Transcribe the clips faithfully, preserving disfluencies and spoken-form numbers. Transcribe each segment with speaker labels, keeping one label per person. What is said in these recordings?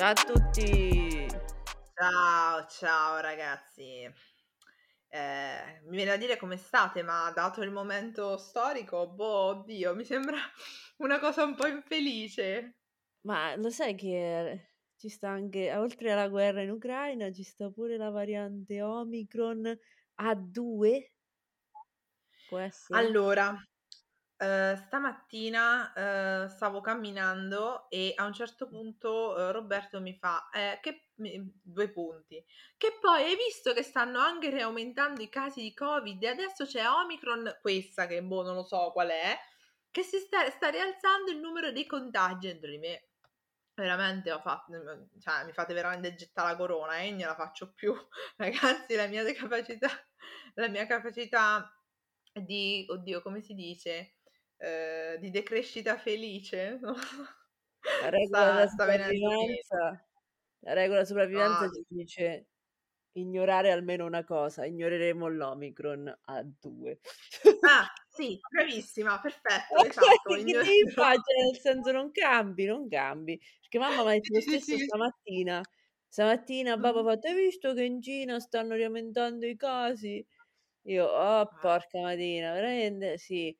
Speaker 1: Ciao a tutti!
Speaker 2: Ciao, ciao ragazzi. Eh, mi viene da dire come state, ma dato il momento storico, boh, oddio, mi sembra una cosa un po' infelice.
Speaker 1: Ma lo sai che ci sta anche, oltre alla guerra in Ucraina, ci sta pure la variante Omicron A due? Può essere?
Speaker 2: Allora, ehm, stamattina, ehm, stavo camminando e a un certo punto, uhm, Roberto mi fa: "Eh, che" mi due punti: "Che poi hai visto che stanno anche riaumentando i casi di Covid e adesso c'è Omicron", questa che boh, non lo so qual è, "che si sta sta rialzando il numero dei contagi", dentro di me veramente ho fa mhmm, cioè mi fate veramente getta la corona, eh, io non gliela faccio più. Ragazzi, la mia de capacità la mia capacità di oddio come si dice, ehm, di decrescita felice, non lo so,
Speaker 1: La regola della
Speaker 2: sta sta venendo meno.
Speaker 1: sopravvivenza la regola della sopravvivenza
Speaker 2: No,
Speaker 1: ci dice: ignorare almeno una cosa, ignoreremo l'Omicron A due.
Speaker 2: ah, sì, bravissima, perfetto, esatto,
Speaker 1: Okay, che devi
Speaker 2: ignorerò.
Speaker 1: fa'? Cioè, nel senso non cambi, non cambi. Perché mamma m'ha detto lo
Speaker 2: Sì, sì,
Speaker 1: stesso
Speaker 2: sì.
Speaker 1: stamattina. Stamattina papà
Speaker 2: Mh-mh.
Speaker 1: ha fatto: "Hai visto che in Cina stanno riaumentando i casi?" Io: "Oh
Speaker 2: Ah,
Speaker 1: porca matina, veramente?" Sì.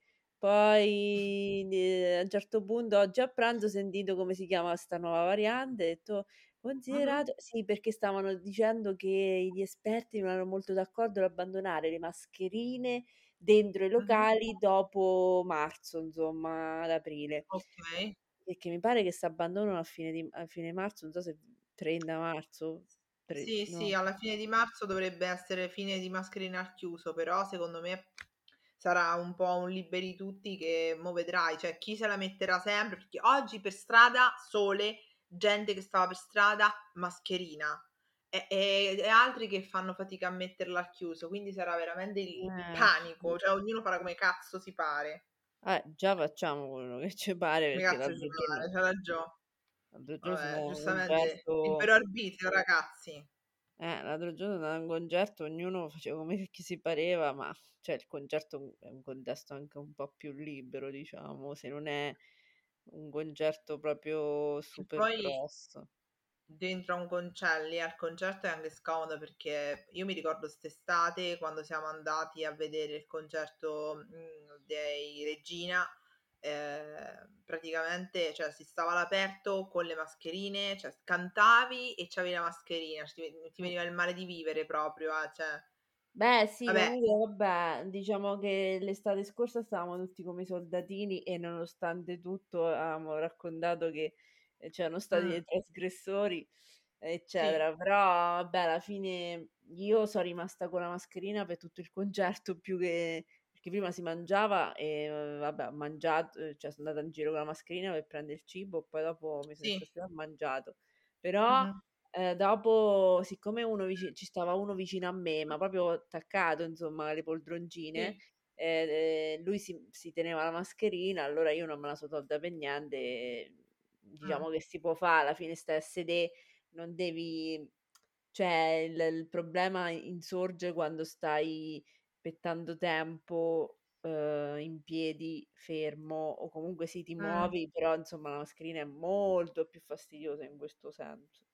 Speaker 1: Poi di a un certo punto oggi a pranzo ho sentito come si chiama 'sta nuova variante, ho detto:
Speaker 2: mh-mh,
Speaker 1: "Considerato" sì, perché stavano dicendo che gli esperti non erano molto d'accordo ad abbandonare le mascherine dentro i
Speaker 2: mh-mh.
Speaker 1: locali dopo marzo, insomma, ad aprile.
Speaker 2: Okay.
Speaker 1: Perché mi pare che s'abbandonano a fine di a fine marzo, non so se trenta marzo, tre
Speaker 2: Sì, sì,
Speaker 1: no.
Speaker 2: alla fine di marzo dovrebbe essere fine di mascherine al chiuso, però secondo me sarà un po' un liberi tutti che mo' vedrai, cioè chi se la metterà sempre, perché oggi per strada sole, gente che stava per strada, mascherina e e e altri che fanno fatica a metterla al chiuso, quindi sarà veramente il il
Speaker 1: Eh,
Speaker 2: panico, cioè ognuno farà come cazzo si pare.
Speaker 1: eh, già facciamo quello che ci pare
Speaker 2: Come
Speaker 1: perché
Speaker 2: cazzo ci
Speaker 1: l'altro giorno
Speaker 2: pare, c'ha ragio
Speaker 1: l'altro giorno sono
Speaker 2: vabbè,
Speaker 1: andata a un
Speaker 2: giustamente
Speaker 1: concerto.
Speaker 2: libero arbitrio ragazzi.
Speaker 1: Eh, l'altro giorno andavo a un concerto, ognuno faceva come chi si pareva, ma cioè il concerto è un contesto anche un po' più libero, diciamo, se non è un concerto proprio
Speaker 2: Che
Speaker 1: super
Speaker 2: poi
Speaker 1: grosso.
Speaker 2: dentro a un concelli al concerto è anche scomodo perché io mi ricordo st'estate quando siamo andati a vedere il concerto, mhmm, dei Regina, ehm, praticamente, cioè si stava all'aperto con le mascherine, cioè cantavi e c'avevi la mascherina, ti ve ti
Speaker 1: Mh.
Speaker 2: veniva il male di vivere proprio, eh, cioè
Speaker 1: Beh sì,
Speaker 2: vabbè.
Speaker 1: comunque vabbè, diciamo che l'estate scorsa stavamo tutti come soldatini e nonostante tutto avevamo raccontato che, ehm, c'erano stati
Speaker 2: Mh,
Speaker 1: dei trasgressori,
Speaker 2: sì,
Speaker 1: eccetera. Però vabbè alla fine io so' rimasta con la mascherina per tutto il concerto più che perché prima si mangiava e uhm, vabbè ho mangiat ehm, cioè so' andata in giro con la mascherina per prendere il cibo, poi dopo mi sono
Speaker 2: sì,
Speaker 1: messa e ho mangiato. Però
Speaker 2: mh-mh,
Speaker 1: Ehm, dopo siccome uno vici ci stava uno vicino a me, ma proprio attaccato insomma alle poltroncine,
Speaker 2: sì,
Speaker 1: ehm, ehm, lui si si teneva la mascherina, allora io non me la so tolta per niente e
Speaker 2: mh,
Speaker 1: diciamo che si può fa', alla fine stai a sedè, non devi cioè il il problema insorge quando stai per tanto tempo, uhm, in piedi, fermo o comunque sì ti
Speaker 2: mh.
Speaker 1: muovi, però insomma la mascherina è molto più fastidiosa in questo senso.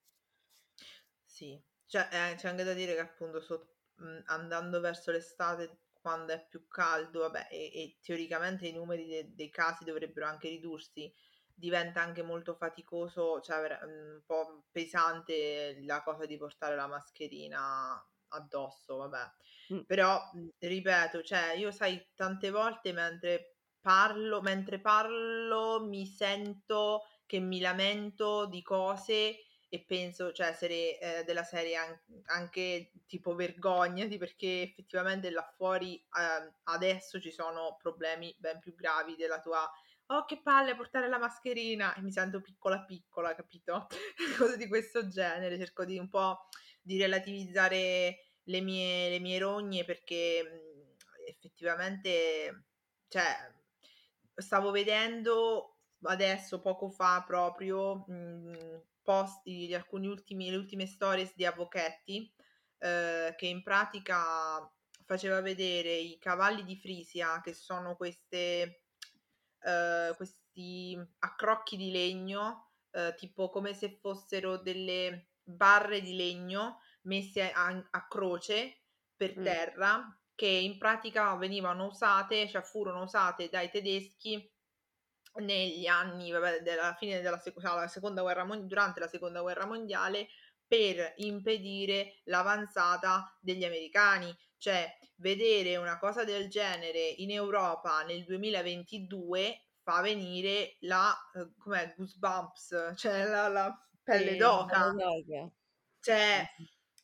Speaker 2: Sì, cioè, ehm, c'è anche da dire che appunto so mhmm, andando verso l'estate quando è più caldo, vabbè, e e teoricamente i numeri de dei casi dovrebbero anche ridursi, diventa anche molto faticoso, cioè vera mhmm, un po' pesante la cosa di portare la mascherina addosso, vabbè.
Speaker 1: Mh.
Speaker 2: Però, mhmm, ripeto, cioè io sai tante volte mentre parlo mentre parlo mi sento che mi lamento di cose e penso, cioè sere ehm, della serie an anche tipo vergognati perché effettivamente là fuori, uhm, adesso ci sono problemi ben più gravi della tua: "Oh che palle portare la mascherina" e mi sento piccola piccola, capito? Cose di questo genere. Cerco di un po' di relativizzare le mie le mie rogne perché, mhmm, effettivamente cioè stavo vedendo adesso poco fa proprio, mhmm, post di alcuni ultimi le ultime stories di Avochetti, ehm, che in pratica faceva vedere i cavalli di Frisia, che sono queste ehm, questi accrocchi di legno, uhm, tipo come se fossero delle barre di legno messe a a croce per
Speaker 1: Mh.
Speaker 2: terra, che in pratica venivano usate, cioè furono usate dai tedeschi negli anni, vabbè, della fine della seco cioè la seconda guerra mon durante la seconda guerra mondiale, per impedire l'avanzata degli americani. Cioè, vedere una cosa del genere in Europa nel duemilaventidue fa venire la uhm, com'è, goosebumps, cioè la la pelle
Speaker 1: Sì,
Speaker 2: d'oca.
Speaker 1: d'oca.
Speaker 2: Cioè,
Speaker 1: Mh-mh.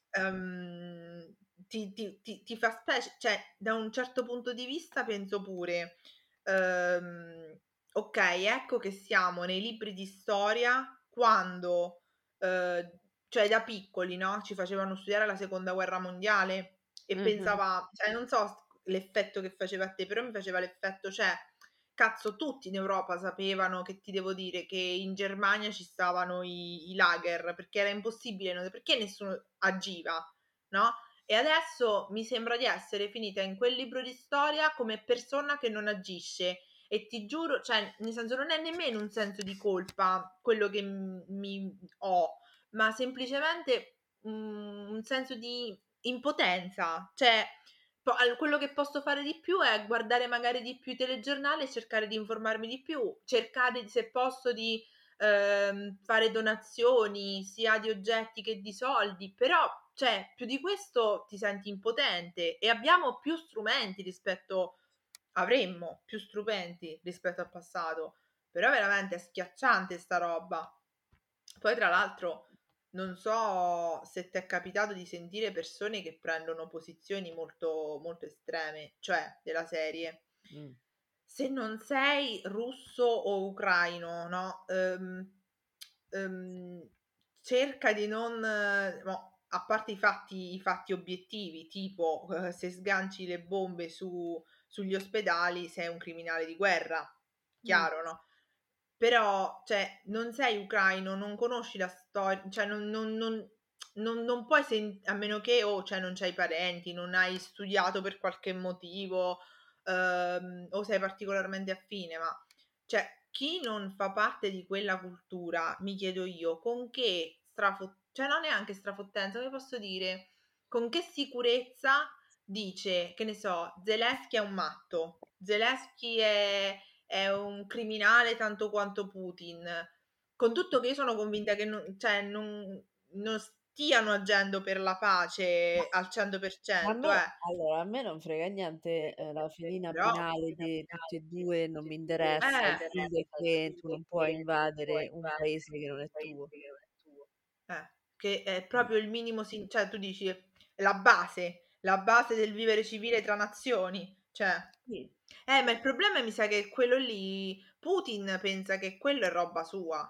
Speaker 2: ehm, ti ti ti ti fa specie, cioè da un certo punto di vista penso pure, uhm, okay, ecco che siamo nei libri di storia quando, uhm, cioè da piccoli, no, ci facevano studiare la seconda guerra mondiale e
Speaker 1: Mh-mh.
Speaker 2: pensava, cioè non so s l'effetto che faceva a te, però mi faceva l'effetto, cioè, cazzo, tutti in Europa sapevano, che ti devo dire, che in Germania ci stavano i i lager, perché era impossibile, non perché nessuno agiva, no, e adesso mi sembra di essere finita in quel libro di storia come persona che non agisce e ti giuro, cioè nel senso non è nemmeno un senso di colpa quello che m mi ho, ma semplicemente, mhmm, un senso di impotenza. Cioè, po al quello che posso fare di più è guardare magari di più i telegiornali e cercare di informarmi di più, cercare se posso di, ehm, fare donazioni sia di oggetti che di soldi, però, cioè, più di questo ti senti impotente e abbiamo più strumenti rispetto avremmo più strumenti rispetto al passato, però veramente è schiacciante sta roba. Poi tra l'altro non so se t'è capitato di sentire persone che prendono posizioni molto molto estreme, cioè della serie:
Speaker 1: Mh.
Speaker 2: se non sei russo o ucraino, no, uhm, uhm, cerca di non mo a parte i fatti i fatti obiettivi, tipo, uhm, se sganci le bombe su sugli ospedali sei un criminale di guerra,
Speaker 1: Mh.
Speaker 2: chiaro, no, però, cioè, non sei ucraino, non conosci la sto cioè non non non non non puoi sen a meno che o cioè non c'hai parenti, non hai studiato per qualche motivo, uhm, o sei particolarmente affine, ma cioè chi non fa parte di quella cultura, mi chiedo io, con che strafo cioè no neanche strafottenza, come posso dire, con che sicurezza dice, che ne so, Zelensky è un matto, Zelensky è è un criminale tanto quanto Putin. Con tutto che io sono convinta che non cioè non non stiano agendo per la
Speaker 1: Ma
Speaker 2: pace al cento per
Speaker 1: ma a
Speaker 2: cento,
Speaker 1: me
Speaker 2: eh.
Speaker 1: allora, a me non frega niente, ehm, la fedina
Speaker 2: Però
Speaker 1: penale di tutti e due, non mi interessa,
Speaker 2: eh,
Speaker 1: fin che tu non puoi invadere un paese che non è tuo.
Speaker 2: eh, che è proprio il minimo sin cioè tu dici la base, la base del vivere civile tra nazioni, cioè
Speaker 1: Sì.
Speaker 2: eh, ma il problema mi sa che quello lì Putin pensa che quello è roba sua.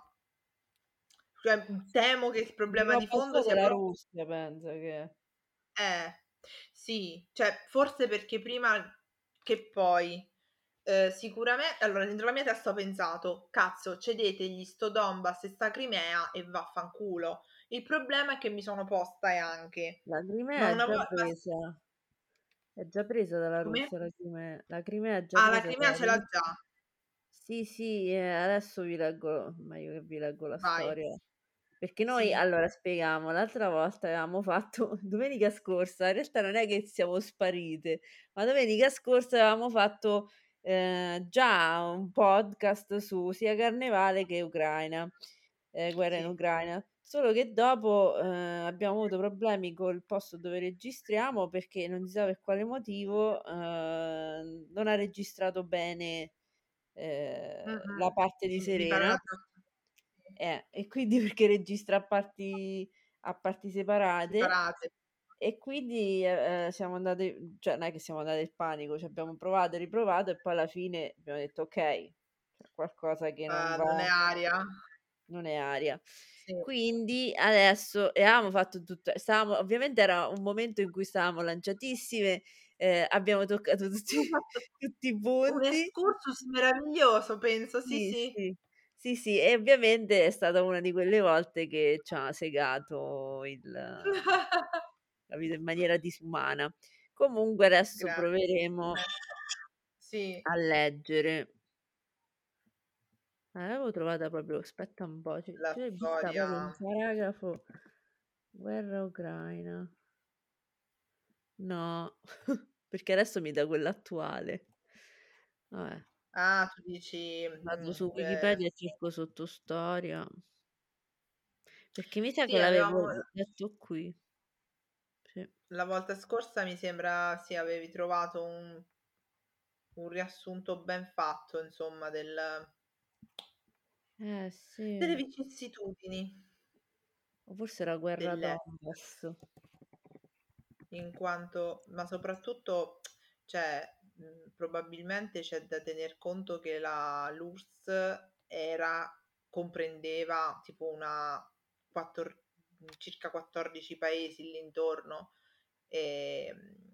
Speaker 2: Cioè, mhmm, temo che il problema di
Speaker 1: Roba
Speaker 2: fondo
Speaker 1: sua
Speaker 2: sia
Speaker 1: della
Speaker 2: pro
Speaker 1: Russia pensa che
Speaker 2: eh, sì, cioè forse perché prima che poi, ehm, sicurame allora dentro la mia testa ho pensato: "Cazzo, cedetegli sto Donbass e sta Crimea e vaffanculo." Il problema è che mi sono posta e anche:
Speaker 1: la
Speaker 2: ma
Speaker 1: Crimea è
Speaker 2: una vo
Speaker 1: già
Speaker 2: ma
Speaker 1: presa, è già presa dalla
Speaker 2: come?
Speaker 1: Russia la Crimea, la Crimea è già
Speaker 2: Ah, la
Speaker 1: presa
Speaker 2: Crimea
Speaker 1: dalla
Speaker 2: ce l'ha
Speaker 1: Russia.
Speaker 2: già.
Speaker 1: Sì, sì, eh, adesso vi leggo, meglio che vi leggo la
Speaker 2: Vai.
Speaker 1: storia. Perché noi,
Speaker 2: Sì.
Speaker 1: allora spieghiamo, l'altra volta avevamo fatto domenica scorsa, in realtà non è che siamo sparite, ma domenica scorsa avevamo fatto eh, già un podcast su sia Carnevale che Ucraina, eh, guerra in
Speaker 2: Sì.
Speaker 1: Ucraina. Solo che dopo eh, abbiamo avuto problemi col posto dove registriamo perché non si sa per quale motivo eh, non ha registrato bene ehm,
Speaker 2: Mh-mh.
Speaker 1: la parte di
Speaker 2: Di di fare
Speaker 1: Serena,
Speaker 2: la tra sì,
Speaker 1: eh, e quindi perché registra a parti a parti separate
Speaker 2: separate.
Speaker 1: e quindi, ehm, siamo andate, cioè non è che siamo andate in panico, ci abbiamo provato e riprovato e poi alla fine abbiamo detto: "Okay, c'è qualcosa che non
Speaker 2: Uhm, non è
Speaker 1: va,
Speaker 2: aria.
Speaker 1: non è aria".
Speaker 2: Sì.
Speaker 1: Quindi adesso e avevamo fatto tutto stavamo ovviamente era un momento in cui stavamo lanciatissime, ehm, abbiamo toccato tutti
Speaker 2: Abbiamo fatto
Speaker 1: tutti i
Speaker 2: un
Speaker 1: punti.
Speaker 2: excursus meraviglioso penso, sì,
Speaker 1: Sì,
Speaker 2: sì.
Speaker 1: sì. Sì, sì, e ovviamente è stata una di quelle volte che c'ha segato il capito, in maniera disumana. Comunque adesso
Speaker 2: Grazie.
Speaker 1: proveremo
Speaker 2: Sì.
Speaker 1: a leggere. Eh, l'avevo trovata proprio, aspetta un po', ce
Speaker 2: La
Speaker 1: ce l'ho vista proprio un
Speaker 2: storia
Speaker 1: paragrafo, guerra ucraina. No, perché adesso mi dà quella attuale. Vabbè,
Speaker 2: ah, tu dici,
Speaker 1: vado
Speaker 2: mhmm,
Speaker 1: su
Speaker 2: ehm,
Speaker 1: Wikipedia e cerco sottostoria, perché mi sa
Speaker 2: sì
Speaker 1: che l'avevo
Speaker 2: avevamo
Speaker 1: letto qui. Sì.
Speaker 2: la volta scorsa mi sembra sì, avevi trovato un un riassunto ben fatto insomma del
Speaker 1: Eh
Speaker 2: delle
Speaker 1: sì,
Speaker 2: vicissitudini
Speaker 1: o forse era guerra
Speaker 2: dell'Est.
Speaker 1: Donbass.
Speaker 2: In quanto ma soprattutto, cioè, mhmm, probabilmente c'è da tener conto che la l'U R S S era comprendeva tipo una quattor mhmm, circa quattordici paesi lì intorno, ehm,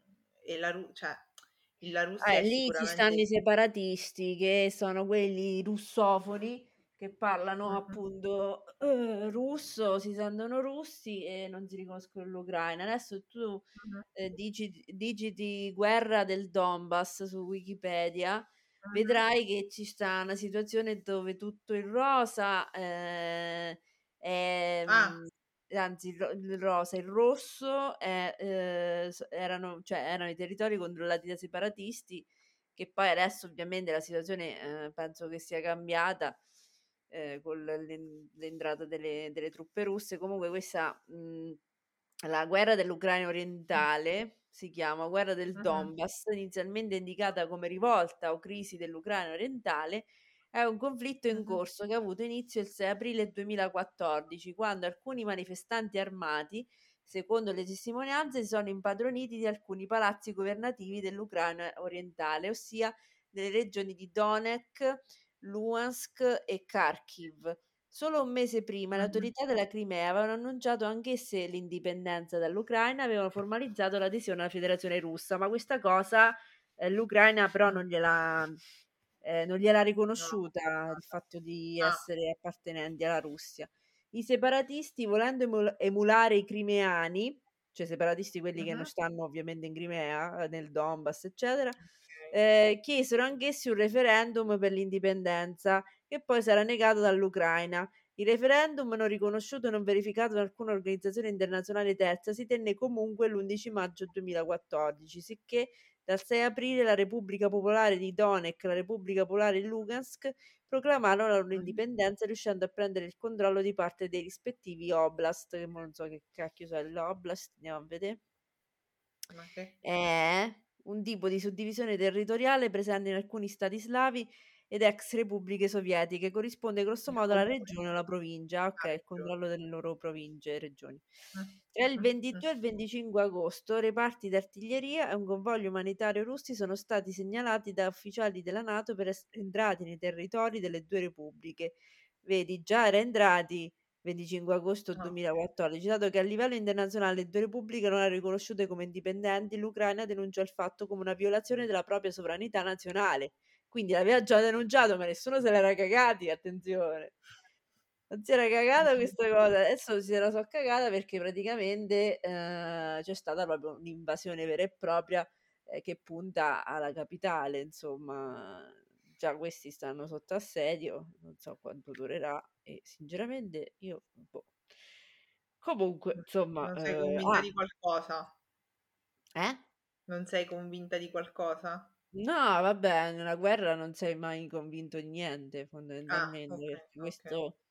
Speaker 2: e la Ru cioè, la Russia
Speaker 1: Eh,
Speaker 2: è
Speaker 1: lì ci stanno i
Speaker 2: sicuramente
Speaker 1: separatisti che sono quelli russofoni che parlano
Speaker 2: mh-mh,
Speaker 1: appunto eh, russo, si sentono russi e non si riconoscono l'Ucraina. Adesso tu
Speaker 2: mh-mh,
Speaker 1: eh, dici, digiti guerra del Donbass su Wikipedia,
Speaker 2: mh-mh.
Speaker 1: vedrai che ci sta una situazione dove tutto il rosa eh, è,
Speaker 2: Ah,
Speaker 1: mm, anzi il ro il rosa, il rosso è, ehm, s erano cioè erano i territori controllati dai separatisti, che poi adesso ovviamente la situazione, ehm, penso che sia cambiata, ehm, con l'en l'entrata delle delle truppe russe. Comunque questa, mhmm, la guerra dell'Ucraina
Speaker 2: mh,
Speaker 1: orientale, si chiama guerra del
Speaker 2: mh-mh,
Speaker 1: Donbass, inizialmente indicata come rivolta o crisi dell'Ucraina orientale, è un conflitto in
Speaker 2: mh-mh,
Speaker 1: corso che ha avuto inizio il sei aprile duemilaquattordici, quando alcuni manifestanti armati, secondo le testimonianze, si sono impadroniti di alcuni palazzi governativi dell'Ucraina orientale, ossia delle regioni di Donetsk, Luhansk e Kharkiv. Solo un mese prima le
Speaker 2: mh-mh,
Speaker 1: autorità della Crimea avevano annunciato anch'esse l'indipendenza dall'Ucraina e avevano formalizzato l'adesione alla Federazione Russa, ma questa cosa eh, l'Ucraina però
Speaker 2: mh,
Speaker 1: non gliela, eh, non gliel'ha
Speaker 2: non l'ho
Speaker 1: riconosciuta il
Speaker 2: confermata.
Speaker 1: fatto di
Speaker 2: Ah,
Speaker 1: essere appartenenti alla Russia. I separatisti, volendo emul- emulare i crimeani, cioè separatisti quelli che non
Speaker 2: mh-mh,
Speaker 1: stanno ovviamente in Crimea, eh, nel Donbass, eccetera,
Speaker 2: okay,
Speaker 1: eh, chiesero anch'essi un referendum per l'indipendenza, che poi sarà negato dall'Ucraina. Il referendum, non riconosciuto e non verificato da alcuna organizzazione internazionale terza, si tenne comunque l'undici maggio duemilaquattordici, sicché dal sei aprile la Repubblica Popolare di Donetsk e la Repubblica Popolare di Lugansk proclamarono la loro
Speaker 2: mh-mh.
Speaker 1: indipendenza, riuscendo a prendere il controllo di parte dei rispettivi oblast, che mo non so che cacchio sia l'oblast, andiamo a vedere.
Speaker 2: Ma che
Speaker 1: È un tipo di suddivisione territoriale presente in alcuni stati slavi ed ex repubbliche sovietiche, corrisponde grosso
Speaker 2: il
Speaker 1: modo alla
Speaker 2: comune
Speaker 1: regione o alla provincia,
Speaker 2: ha
Speaker 1: okay, il
Speaker 2: ragione.
Speaker 1: controllo delle loro province e regioni.
Speaker 2: Mh,
Speaker 1: Tra il
Speaker 2: mh-mh, mh.
Speaker 1: ventidue e il venticinque agosto reparti d'artiglieria e un convoglio umanitario russi sono stati segnalati da ufficiali della NATO per essere entrati nei territori delle due repubbliche. Vedi, già era entrati venticinque agosto
Speaker 2: Ah,
Speaker 1: duemilaquattordici, dato che a livello internazionale le due repubbliche non erano riconosciute come indipendenti, l'Ucraina denuncia il fatto come una violazione della propria sovranità nazionale. Quindi l'aveva già denunciato, ma nessuno se l'era cagati, attenzione. Non si era cagata
Speaker 2: mh-mh.
Speaker 1: questa cosa, adesso se la so cagata perché praticamente eh, c'è stata proprio un'invasione vera e propria eh, che punta alla capitale, insomma, già questi stanno sotto assedio, non so quanto durerà e sinceramente io, boh. Comunque,
Speaker 2: Mh.
Speaker 1: insomma,
Speaker 2: Non sei
Speaker 1: eh,
Speaker 2: convinta
Speaker 1: ah,
Speaker 2: di qualcosa?
Speaker 1: eh?
Speaker 2: Non sei convinta di qualcosa?
Speaker 1: No, vabbè, nella guerra non sei mai convinto di niente,
Speaker 2: Ah,
Speaker 1: fondamentalmente,
Speaker 2: okay,
Speaker 1: perché
Speaker 2: okay.
Speaker 1: questo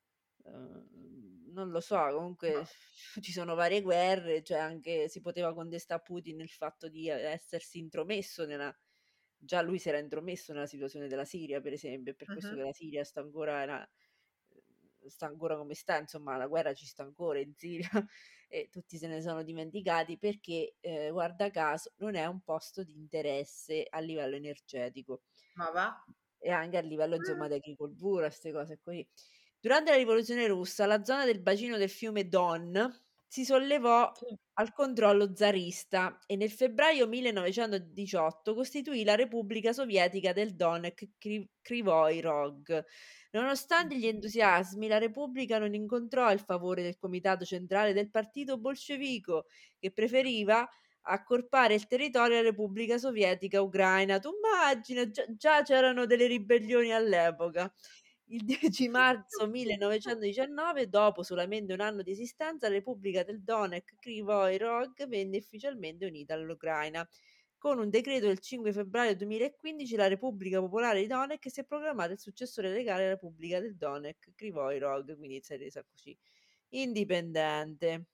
Speaker 1: Uhm, non lo so,
Speaker 2: Ma
Speaker 1: comunque ci sono varie guerre, cioè anche si poteva contestà a Putin il fatto di e essersi intromesso nella già lui si era intromesso nella situazione della Siria, per esempio, è per questo
Speaker 2: mh-mh.
Speaker 1: che la Siria sta ancora era uhm, sta ancora come sta, insomma la guerra ci sta ancora in Siria e tutti se ne sono dimenticati perché, ehm, guarda caso, non è un posto di interesse a livello energetico.
Speaker 2: Ma va?
Speaker 1: E anche a livello insomma
Speaker 2: Mh.
Speaker 1: di agricoltura, 'ste cose qui. Durante la rivoluzione russa, la zona del bacino del fiume Don si sollevò
Speaker 2: Sì.
Speaker 1: al controllo zarista e nel febbraio millenovecentodiciotto costituì la Repubblica Sovietica del Donetsk Kri- Kryvyi Rog. Nonostante gli
Speaker 2: Mh-mh.
Speaker 1: entusiasmi, la Repubblica non incontrò il favore del comitato centrale del partito bolscevico, che preferiva accorpare il territorio alla Repubblica Sovietica Ucraina. Tu immagina, già, già c'erano delle ribellioni all'epoca. Il dieci marzo millenovecentodiciannove, dopo solamente un anno di esistenza, la Repubblica del Donetsk Kryvyi Rog venne ufficialmente unita all'Ucraina. Con un decreto del cinque febbraio duemilaquindici la Repubblica Popolare di Donetsk si è proclamata il successore legale della Repubblica del Donetsk Kryvyi Rog, quindi si è resa così indipendente.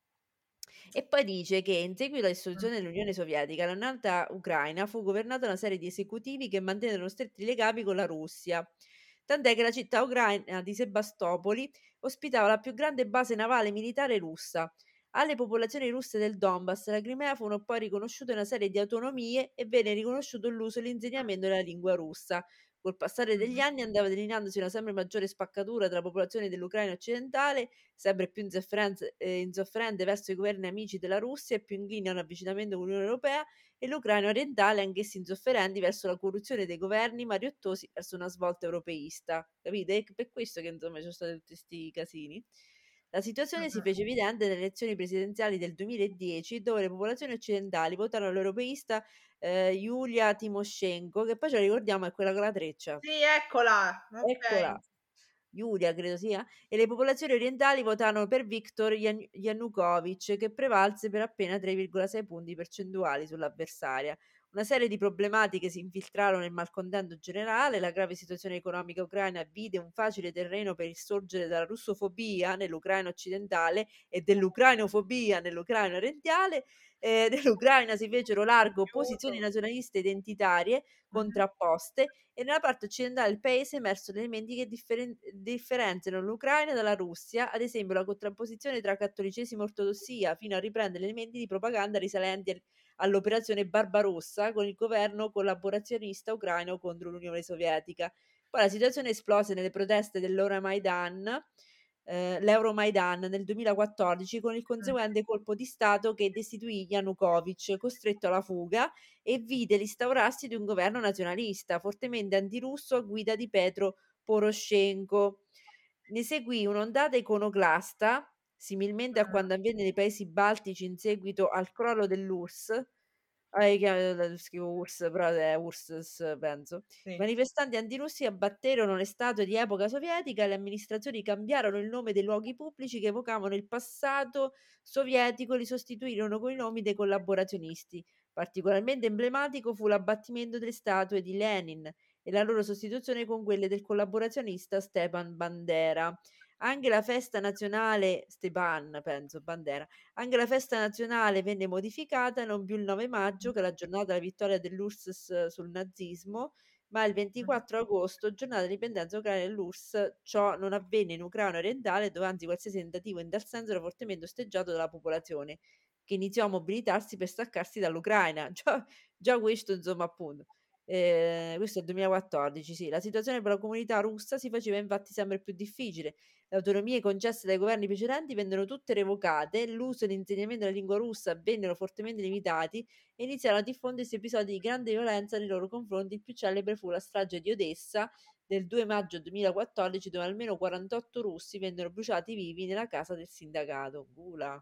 Speaker 1: E poi dice che in seguito
Speaker 2: Mh.
Speaker 1: all'istituzione dell'Unione Sovietica, la nata Ucraina fu governata da una serie di esecutivi che mantennero stretti legami con la Russia. Tant'è che la città ucraina di Sebastopoli ospitava la più grande base navale militare russa. Alle popolazioni russe del Donbass, la Crimea furono poi riconosciute una serie di autonomie e venne riconosciuto l'uso e l'insegnamento della lingua russa. Col passare degli
Speaker 2: Mh-mh.
Speaker 1: anni andava delineandosi una sempre maggiore spaccatura tra la popolazione dell'Ucraina occidentale, sempre più insofferenze- eh, insofferente verso i governi amici della Russia e più incline a un avvicinamento con l'Unione Europea, e l'Ucraina orientale, anch'essi insofferenti verso la corruzione dei governi, ma riottosi verso una svolta europeista. Capite? È per questo che insomma ci sono stati tutti questi casini. La situazione si
Speaker 2: Mh-mh.
Speaker 1: fece evidente nelle elezioni presidenziali del duemiladieci, dove le popolazioni occidentali votarono l'europeista eh, Yulia Timoshenko, che poi ce la ricordiamo è quella con la treccia.
Speaker 2: Sì, eccola.
Speaker 1: Eccola,
Speaker 2: Okay.
Speaker 1: Giulia credo sia, e le popolazioni orientali votarono per Viktor Yan- Yanukovych, che prevalse per appena tre virgola sei punti percentuali sull'avversaria. Una serie di problematiche si infiltrarono nel malcontento generale, la grave situazione economica ucraina vide un facile terreno per il sorgere della russofobia nell'Ucraina occidentale e dell'ucrainofobia nell'Ucraina orientale. Eh, nell'Ucraina si fecero largo posizioni
Speaker 2: Aiuto.
Speaker 1: nazionaliste identitarie
Speaker 2: Mh-mh.
Speaker 1: contrapposte, e nella parte occidentale del paese emersero elementi che differen- differenziano l'Ucraina dalla Russia, ad esempio la contrapposizione tra cattolicesimo e ortodossia, fino a riprendere elementi di propaganda risalenti al- all'operazione Barbarossa con il governo collaborazionista ucraino contro l'Unione Sovietica. Poi la situazione esplose nelle proteste dell'Euromaidan, eh, l'Euromaidan nel duemilaquattordici, con il
Speaker 2: Mh.
Speaker 1: conseguente colpo di Stato che destituì Yanukovych, costretto alla fuga, e vide l'instaurarsi di un governo nazionalista fortemente antirusso a guida di Petro Poroshenko. Ne seguì un'ondata iconoclasta, similmente a
Speaker 2: Mh.
Speaker 1: quando avvenne nei paesi baltici in seguito al crollo dell'U R S S. Ah, io chiamo- scrivo U R S S, però è U R S S, penso. I
Speaker 2: Sì.
Speaker 1: manifestanti antirussi abbatterono le statue di epoca sovietica e le amministrazioni cambiarono il nome dei luoghi pubblici che evocavano il passato sovietico e li sostituirono con i nomi dei collaborazionisti. Particolarmente emblematico fu l'abbattimento delle statue di Lenin e la loro sostituzione con quelle del collaborazionista Stepan Bandera. Anche la festa nazionale Stepan, penso, Bandera. Anche la festa nazionale venne modificata, non più il nove maggio, che è la giornata della vittoria dell'U R S S sul nazismo, ma il
Speaker 2: Mh-mh.
Speaker 1: ventiquattro agosto, giornata dell'indipendenza ucraina dell'U R S S. Ciò non avvenne in Ucraina orientale, dove anzi qualsiasi tentativo in tal senso era fortemente osteggiato dalla popolazione, che iniziò a mobilitarsi per staccarsi dall'Ucraina. Già, già questo, insomma, appunto. Eh, questo è il duemilaquattordici, sì. La situazione per la comunità russa si faceva infatti sempre più difficile. Le autonomie concesse dai governi precedenti vennero tutte revocate, l'uso e l'insegnamento della lingua russa vennero fortemente limitati e iniziarono a diffondersi episodi di grande violenza nei loro confronti. Il più celebre fu la strage di Odessa del due maggio duemilaquattordici, dove almeno quarantotto russi vennero bruciati vivi nella casa del sindacato. Gula.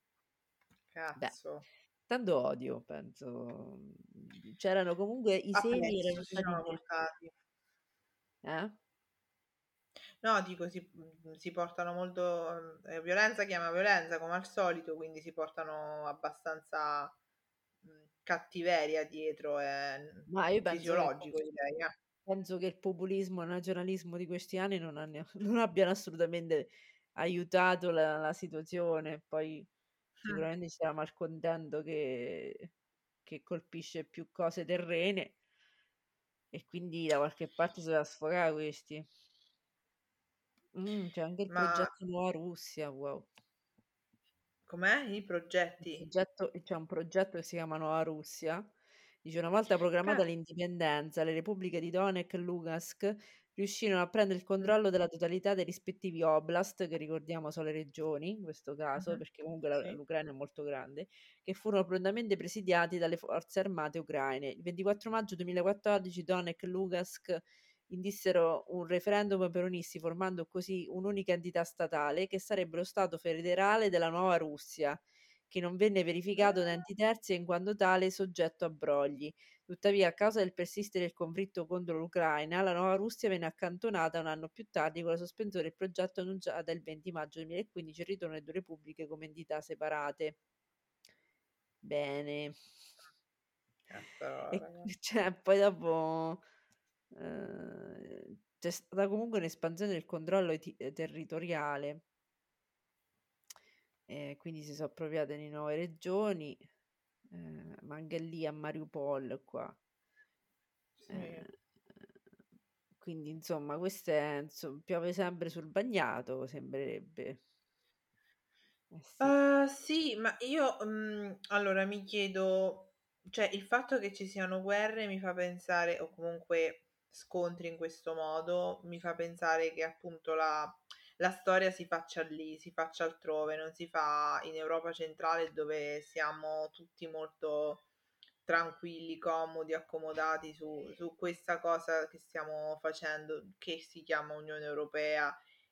Speaker 1: Beh,
Speaker 2: Cazzo.
Speaker 1: tanto odio, penso. C'erano comunque i semi
Speaker 2: Appresso
Speaker 1: erano
Speaker 2: si
Speaker 1: stati
Speaker 2: sono
Speaker 1: de-
Speaker 2: portati.
Speaker 1: eh?
Speaker 2: No, dico si mhmm, si portano molto ehm, violenza chiama violenza come al solito, quindi si portano abbastanza, mhmm, cattiveria dietro, ehm,
Speaker 1: Ma io penso che
Speaker 2: fisiologico direi, eh.
Speaker 1: Penso che il populismo e il nazionalismo di questi anni non hanno non abbiano assolutamente aiutato la la situazione. Poi
Speaker 2: Mh.
Speaker 1: sicuramente c'era malcontento che che colpisce più cose terrene, e quindi da qualche parte si doveva sfogare questi. Mh, c'è anche il
Speaker 2: Ma
Speaker 1: progetto Nuova Russia, wow.
Speaker 2: com'è? I
Speaker 1: Il
Speaker 2: progetti?
Speaker 1: progetto C'è un progetto che si chiama Nuova Russia. Dice: "Una volta
Speaker 2: Ca
Speaker 1: proclamata l'indipendenza, le repubbliche di Donetsk e Lugansk riuscirono a prendere il
Speaker 2: mh,
Speaker 1: controllo della totalità dei rispettivi oblast", che ricordiamo sono le regioni in questo caso,
Speaker 2: mh-mh.
Speaker 1: perché comunque la
Speaker 2: Sì.
Speaker 1: l'Ucraina è molto grande, che furono prontamente presidiati dalle forze armate ucraine. Il ventiquattro maggio duemilaquattordici Donetsk e Lugansk indissero un referendum ai peronisti, formando così un'unica entità statale che sarebbe lo stato federale della Nuova Russia. che non venne verificato da enti terzi e in quanto tale soggetto a brogli. Tuttavia, a causa del persistere del conflitto contro l'Ucraina, la nuova Russia venne accantonata un anno più tardi con la sospensione del progetto annunciata il venti maggio duemilaquindici, il ritorno delle due repubbliche come entità separate. Bene.
Speaker 2: Eh, però,
Speaker 1: E
Speaker 2: ragazzi.
Speaker 1: cioè, poi dopo eh, c'è stata comunque un'espansione del controllo eti- eh, territoriale, e quindi si sono appropriate di nuove regioni, eh, ma anche lì a Mariupol qua.
Speaker 2: Sì.
Speaker 1: Eh, quindi insomma, questo è, insomma, piove sempre sul bagnato, sembrerebbe. Eh sì.
Speaker 2: Uh, sì, ma io mm, allora mi chiedo, cioè il fatto che ci siano guerre mi fa pensare, o comunque scontri in questo modo, mi fa pensare che appunto la, la storia si faccia lì, si faccia altrove, non si fa in Europa centrale dove siamo tutti molto tranquilli, comodi, accomodati su, su questa cosa che stiamo facendo, che si chiama Unione Europea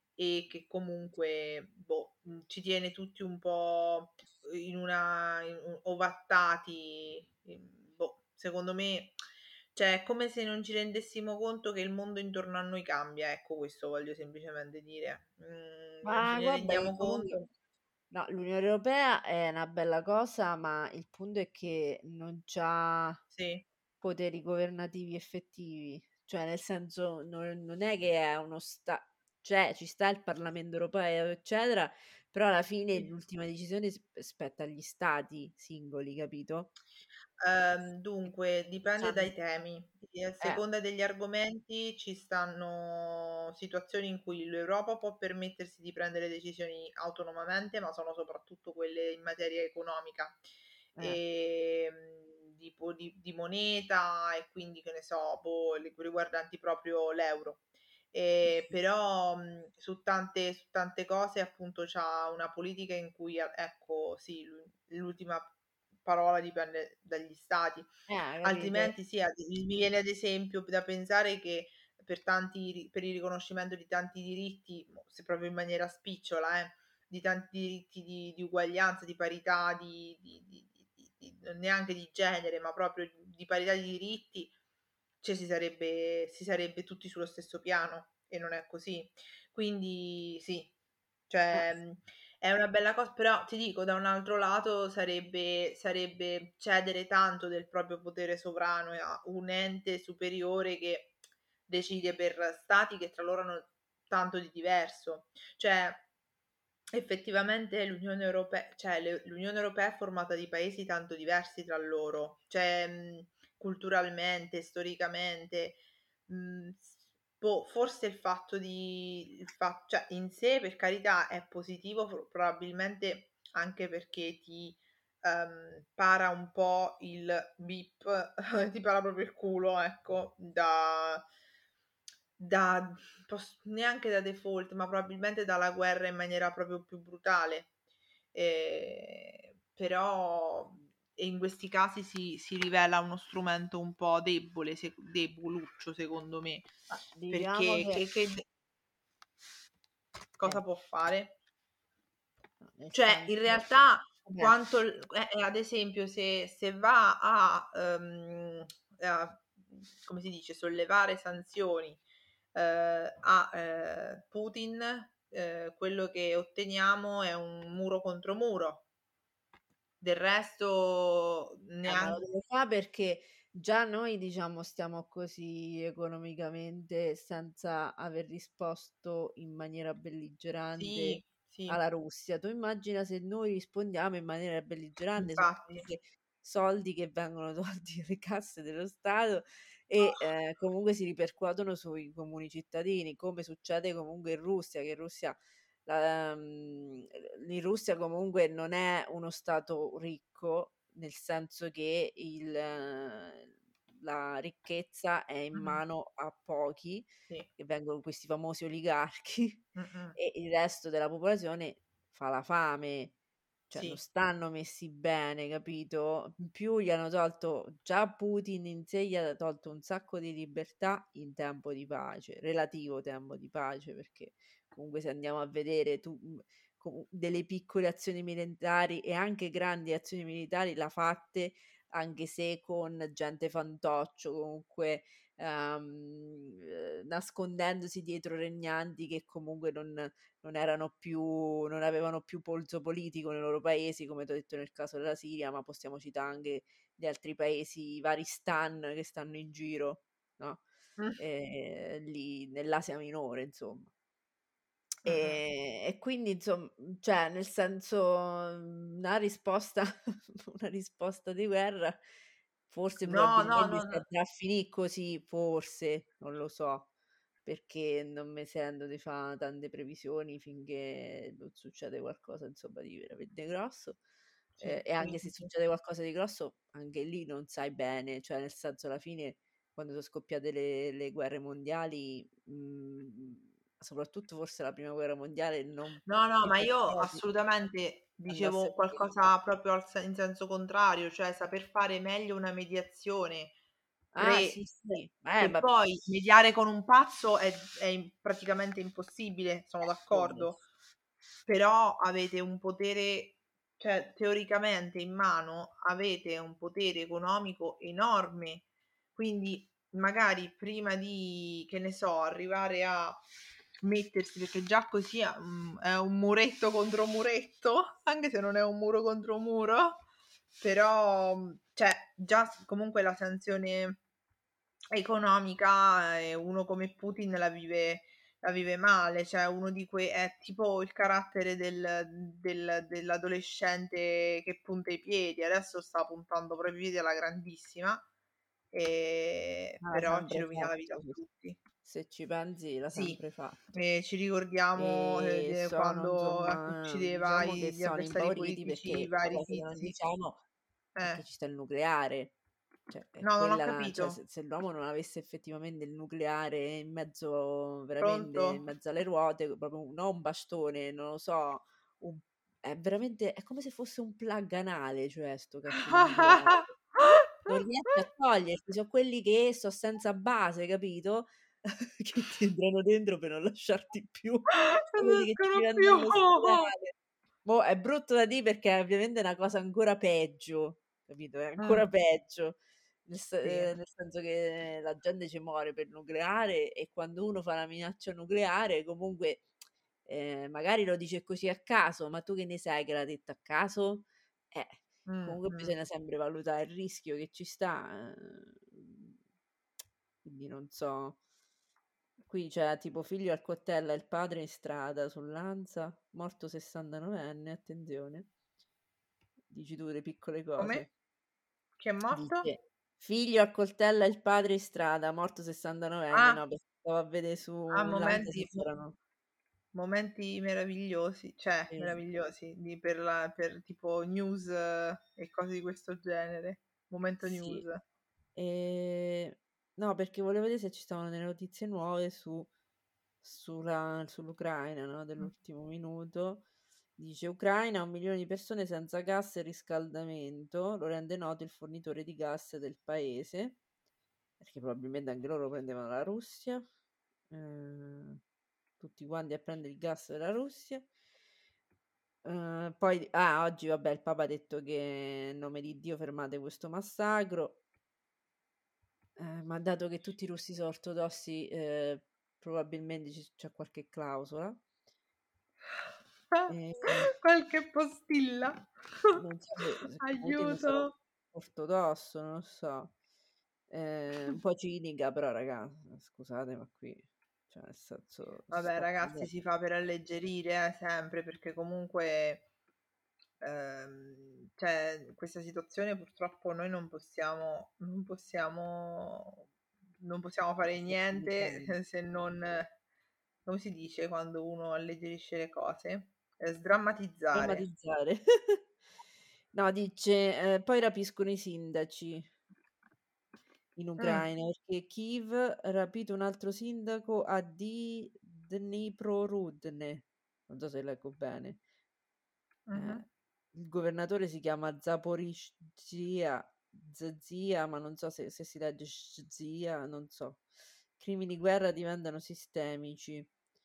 Speaker 2: e che comunque boh, mh, ci tiene tutti un po' in una in un- ovattati. in- boh, secondo me, cioè, è come se non ci rendessimo conto che il mondo intorno a noi cambia. Ecco, questo voglio semplicemente dire. Mm, non ce
Speaker 1: Ma
Speaker 2: ne
Speaker 1: guarda che
Speaker 2: rendiamo
Speaker 1: comunque
Speaker 2: conto.
Speaker 1: no, l'Unione Europea è una bella cosa, ma il punto è che non c'ha
Speaker 2: Sì.
Speaker 1: poteri governativi effettivi, cioè nel senso non, non è che è uno sta, cioè ci sta il Parlamento europeo, eccetera, però alla fine
Speaker 2: Sì.
Speaker 1: l'ultima decisione sp- spetta agli stati singoli, capito?
Speaker 2: Ehm,
Speaker 1: E
Speaker 2: dunque, dipende
Speaker 1: c'hanno-
Speaker 2: dai temi. E a
Speaker 1: eh,
Speaker 2: seconda degli argomenti ci stanno situazioni in cui l'Europa può permettersi di prendere decisioni autonomamente, ma sono soprattutto quelle in materia economica
Speaker 1: eh,
Speaker 2: e mh, di, po- di- di moneta e quindi che ne so, boh, li- riguardanti proprio l'euro.
Speaker 1: sì,
Speaker 2: E
Speaker 1: sì.
Speaker 2: però mh, su tante, su tante cose appunto c'ha una politica in cui, eh, ecco, sì, l'u- l'ultima parola dipende dagli stati.
Speaker 1: Eh, capito?
Speaker 2: Altrimenti sì, ad mi viene ad esempio da pensare che per tanti ri per il riconoscimento di tanti diritti, mo se proprio in maniera spicciola eh, di tanti diritti di di uguaglianza, di parità, di di di di di di non neanche di genere, ma proprio di parità di diritti, cioè si sarebbe si sarebbe tutti sullo stesso piano e non è così. Quindi sì,
Speaker 1: Eh,
Speaker 2: cioè, mhmm, è una bella cos però ti dico, da un altro lato sarebbe sarebbe cedere tanto del proprio potere sovrano a un ente superiore che decide per stati che tra loro hanno tanto di diverso. Cioè, effettivamente l'Unione Europe cioè le l'Unione Europea è formata di paesi tanto diversi tra loro, cioè, mhmm, culturalmente, storicamente, mhmm, s boh, forse il fatto di il fa cioè in sé per carità è positivo, pro probabilmente anche perché ti, ehm, para un po' il bip, ti para proprio il culo, ecco, da da pos neanche da default, ma probabilmente dalla guerra in maniera proprio più brutale. Ehm, però e in questi casi si si rivela uno strumento un po' debole, se deboluccio secondo me,
Speaker 1: ma diciamo
Speaker 2: perché
Speaker 1: che
Speaker 2: che che d
Speaker 1: eh,
Speaker 2: cosa può fare?
Speaker 1: no, nel
Speaker 2: Cioè, in
Speaker 1: senso,
Speaker 2: realtà
Speaker 1: vabbè,
Speaker 2: quanto l eh, eh, ad esempio se se va a, uhm, a come si dice, sollevare sanzioni, ehm, a, ehm, Putin, ehm, quello che otteniamo è un muro contro muro. Del resto
Speaker 1: eh, ma lo
Speaker 2: nean
Speaker 1: deve fa perché già noi, diciamo, stiamo così economicamente senza aver risposto in maniera belligerante
Speaker 2: sì, sì,
Speaker 1: alla Russia. Tu immagina se noi rispondiamo in maniera belligerante, sono
Speaker 2: infatti.
Speaker 1: comunque soldi che vengono tolti dalle casse dello Stato e eh, comunque si ripercuotono sui comuni cittadini, come succede comunque in Russia, che in Russia la, mhmm, in Russia comunque non è uno stato ricco, nel senso che il la ricchezza è in
Speaker 2: Mh-mh,
Speaker 1: mano a pochi,
Speaker 2: sì,
Speaker 1: che vengono questi famosi oligarchi,
Speaker 2: mh-mh,
Speaker 1: e il resto della popolazione fa la fame, cioè non
Speaker 2: sì,
Speaker 1: stanno messi bene, capito? In più gli hanno tolto già Putin in sé gli ha tolto un sacco di libertà in tempo di pace, relativo tempo di pace, perché comunque se andiamo a vedere tu, mhmm, comu delle piccole azioni militari e anche grandi azioni militari l'ha fatte, anche se con gente fantoccio, comunque, ehm, ehm, nascondendosi dietro regnanti che comunque non non erano più non avevano più polso politico nei loro paesi, come t'ho detto nel caso della Siria, ma possiamo cità anche gli altri paesi, i vari stan che stanno in giro, no,
Speaker 2: Mh.
Speaker 1: ehm, lì nell'Asia minore, insomma.
Speaker 2: Mh-mh.
Speaker 1: Ehm, e quindi insom mhmm, cioè nel senso, mhmm, una risposta una risposta di guerra forse
Speaker 2: No, no,
Speaker 1: probabilmente
Speaker 2: no,
Speaker 1: si
Speaker 2: no.
Speaker 1: andrà a finì così, forse, non lo so, perché non me sento di fa tante previsioni finché non succede qualcosa insomma di veramente grosso. Ehm,
Speaker 2: Sì,
Speaker 1: e
Speaker 2: sì,
Speaker 1: anche
Speaker 2: sì,
Speaker 1: se
Speaker 2: sì.
Speaker 1: succede qualcosa di grosso, anche lì non sai bene, cioè nel senso alla fine quando so scoppiate le le guerre mondiali, mhmm, soprattutto forse la prima guerra mondiale, non
Speaker 2: No, no,
Speaker 1: si
Speaker 2: ma io
Speaker 1: pensava si
Speaker 2: assolutamente
Speaker 1: andasse a
Speaker 2: dicevo
Speaker 1: finire
Speaker 2: qualcosa proprio al se in senso contrario, cioè saper fare meglio una mediazione
Speaker 1: ah sì,
Speaker 2: pre cioè,
Speaker 1: sì, eh
Speaker 2: che
Speaker 1: ma
Speaker 2: poi mediare con un pazzo è è im praticamente impossibile, sono
Speaker 1: eh, come?
Speaker 2: d'accordo, però avete un potere, cioè teoricamente in mano avete un potere economico enorme, quindi magari prima di, che ne so, arrivare a mettersi, perché già così è mhmm, è un muretto contro muretto, anche se non è un muro contro muro, però, mhmm, cioè già s comunque la sanzione economica, ehm, uno come Putin la vive la vive male, cioè uno di que è tipo il carattere del del dell'adolescente che punta i piedi, adesso sta puntando proprio i piedi alla grandissima, ehm,
Speaker 1: Ma l'ha
Speaker 2: però ci
Speaker 1: sempre
Speaker 2: rovina la vita
Speaker 1: fatto,
Speaker 2: a
Speaker 1: se
Speaker 2: tutti.
Speaker 1: se ci pensi l'ha
Speaker 2: Sì,
Speaker 1: sempre fatto.
Speaker 2: e ci ricordiamo, ehm,
Speaker 1: E
Speaker 2: de
Speaker 1: sono
Speaker 2: quando, ecco,
Speaker 1: insomma
Speaker 2: uccideva
Speaker 1: diciamo che
Speaker 2: i gli
Speaker 1: sono
Speaker 2: avversari
Speaker 1: impauriti
Speaker 2: politici, i
Speaker 1: perché la
Speaker 2: vari
Speaker 1: cosa che non
Speaker 2: tizi.
Speaker 1: diciamo è
Speaker 2: Eh.
Speaker 1: che ci sta il nucleare. Cioè, è
Speaker 2: No, non ho
Speaker 1: quella la cioè
Speaker 2: capito.
Speaker 1: se se l'uomo non avesse effettivamente il nucleare in mezzo veramente in
Speaker 2: Pronto?
Speaker 1: mezzo alle ruote, proprio un non un bastone, non lo so, un è veramente è come se fosse un plug anale, cioè 'sto cacchio di nucleare. Non riesce a togliersi, so' quelli che so' senza base, capito, che ti entrano dentro per non lasciarti più,
Speaker 2: Non
Speaker 1: quelli che ti
Speaker 2: escono più.
Speaker 1: vendono l'ospedale. Mo' è brutto da dì perché ovviamente è una cosa ancora peggio, capito, è
Speaker 2: Mh,
Speaker 1: ancora peggio. Nel se
Speaker 2: sì.
Speaker 1: ehm, nel senso che la gente ci muore per nucleare e quando uno fa la minaccia nucleare comunque, ehm, magari lo dice così a caso, ma tu che ne sai che l'ha detto a caso? Eh,
Speaker 2: Mh,
Speaker 1: comunque
Speaker 2: mh.
Speaker 1: bisogna sempre valutare il rischio che ci sta, ehm, quindi non so. Qui c'è tipo figlio al coltello e il padre in strada sull'Ansa, morto sessantanovenne, attenzione. Dici tu le piccole
Speaker 2: Come?
Speaker 1: cose.
Speaker 2: Chi è morto?
Speaker 1: Dice: "Figlio a coltella il padre in strada, morto sessantanovenne",
Speaker 2: Ah,
Speaker 1: no, perché stavo a vedere
Speaker 2: ah,
Speaker 1: su l'Ansa se
Speaker 2: momenti mo
Speaker 1: c'erano
Speaker 2: momenti meravigliosi, cioè
Speaker 1: sì,
Speaker 2: meravigliosi di per la per tipo news e cose di questo genere. Momento
Speaker 1: sì.
Speaker 2: news.
Speaker 1: Ehm, no, perché volevo vedere se ci stavano delle notizie nuove su sulla sull'Ucraina, no,
Speaker 2: Mh.
Speaker 1: dell'ultimo minuto. Dice: "Ucraina, un milione di persone senza gas e riscaldamento, lo rende noto il fornitore di gas del paese", perché probabilmente anche loro prendevano la Russia. Ehm, tutti quanti a prendere il gas della Russia. Ehm, poi ah, oggi vabbè il Papa ha detto che in nome di Dio fermate questo massacro. Eh, ma dato che tutti i russi sono ortodossi, ehm, probabilmente ci c'è qualche clausola. Ehm,
Speaker 2: Qualche postilla.
Speaker 1: non so se se Putin
Speaker 2: Aiuto.
Speaker 1: sarà ortodosso, non lo so. Ehm, un po' cinica, però raga, scusate, ma qui, cioè nel senso
Speaker 2: Vabbè
Speaker 1: sta
Speaker 2: ragazzi,
Speaker 1: prendendo
Speaker 2: si fa per alleggerire, eh, sempre, perché comunque, ehm, cioè questa situazione purtroppo noi non possiamo non possiamo non possiamo fare niente
Speaker 1: assolutamente.
Speaker 2: se non, come si dice quando uno alleggerisce le cose? Ehm, sdrammatizzare.
Speaker 1: Drammatizzare. No, dice, ehm, poi rapiscono i sindaci in
Speaker 2: Mh,
Speaker 1: Ucraina, perché Kiev ha rapito un altro sindaco a Di Dniprorodne, non so se leggo bene.
Speaker 2: mh-mh.
Speaker 1: Eh, il governatore si chiama Zaporizhzhia Zazia, ma non so se se si legge Shzia, non so. Crimini di guerra diventano sistemici.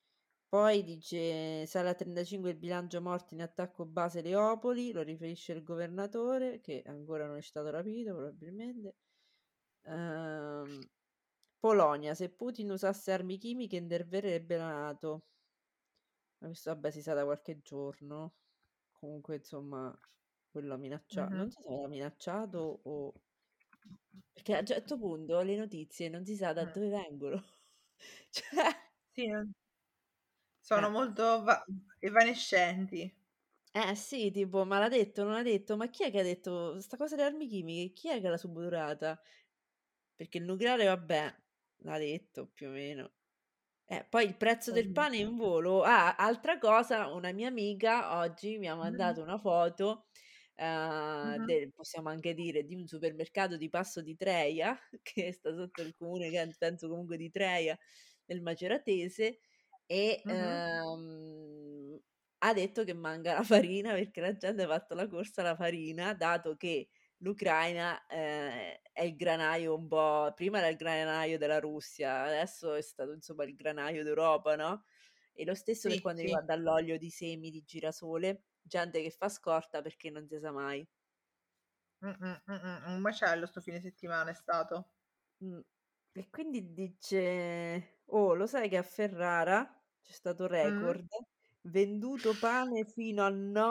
Speaker 1: Poi dice: "Sale a trentacinque il bilancio morti in attacco base Leopoli", lo riferisce il governatore, che ancora non è stato rapito probabilmente. Ehm, Polonia: "Se Putin usasse armi chimiche interverrebbe la NATO". Ma questo vabbè si sa da qualche giorno. Comunque insomma quello ha minaccia
Speaker 2: Mh-mh.
Speaker 1: non so se aveva minacciato o perché a un certo punto le notizie non si sa da
Speaker 2: Mh.
Speaker 1: dove vengono. Cioè
Speaker 2: Sì, non
Speaker 1: eh.
Speaker 2: sono molto va evanescenti.
Speaker 1: Eh sì, tipo: "Ma l'ha detto, non l'ha detto? Ma chi è che ha detto sta cosa delle armi chimiche? Chi è che l'ha subodorata?" Perché il nucleare vabbè, l'ha detto più o meno. Eh, poi il prezzo del
Speaker 2: Oddio.
Speaker 1: pane in volo. Ah, altra cosa, una mia amica oggi mi ha
Speaker 2: Mh-mh.
Speaker 1: mandato una foto, ehm,
Speaker 2: Mh-mh.
Speaker 1: del possiamo anche dire di un supermercato di Passo di Treia, che sta sotto il comune che penso comunque di Treia, nel Maceratese, e,
Speaker 2: Mh-mh.
Speaker 1: ehm, ha detto che manca la farina perché la gente ha fatto la corsa alla farina, dato che l'Ucraina, ehm, è il granaio un po' prima era il granaio della Russia, adesso è stato insomma il granaio d'Europa, no, e lo stesso per
Speaker 2: Sì,
Speaker 1: quanto
Speaker 2: sì.
Speaker 1: riguarda l'olio di semi di girasole, gente che fa scorta perché non si sa mai.
Speaker 2: Mh-mh, mh-mh. Un macello 'sto fine settimana è stato.
Speaker 1: Mh. E quindi dice: "Oh, lo sai che a Ferrara c'è stato
Speaker 2: Mh.
Speaker 1: record? Venduto pane fino a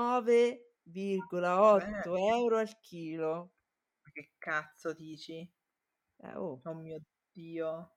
Speaker 2: Beh,
Speaker 1: nove virgola otto euro € al chilo".
Speaker 2: ma che cazzo dici?
Speaker 1: Eh, oh.
Speaker 2: Oh mio Dio.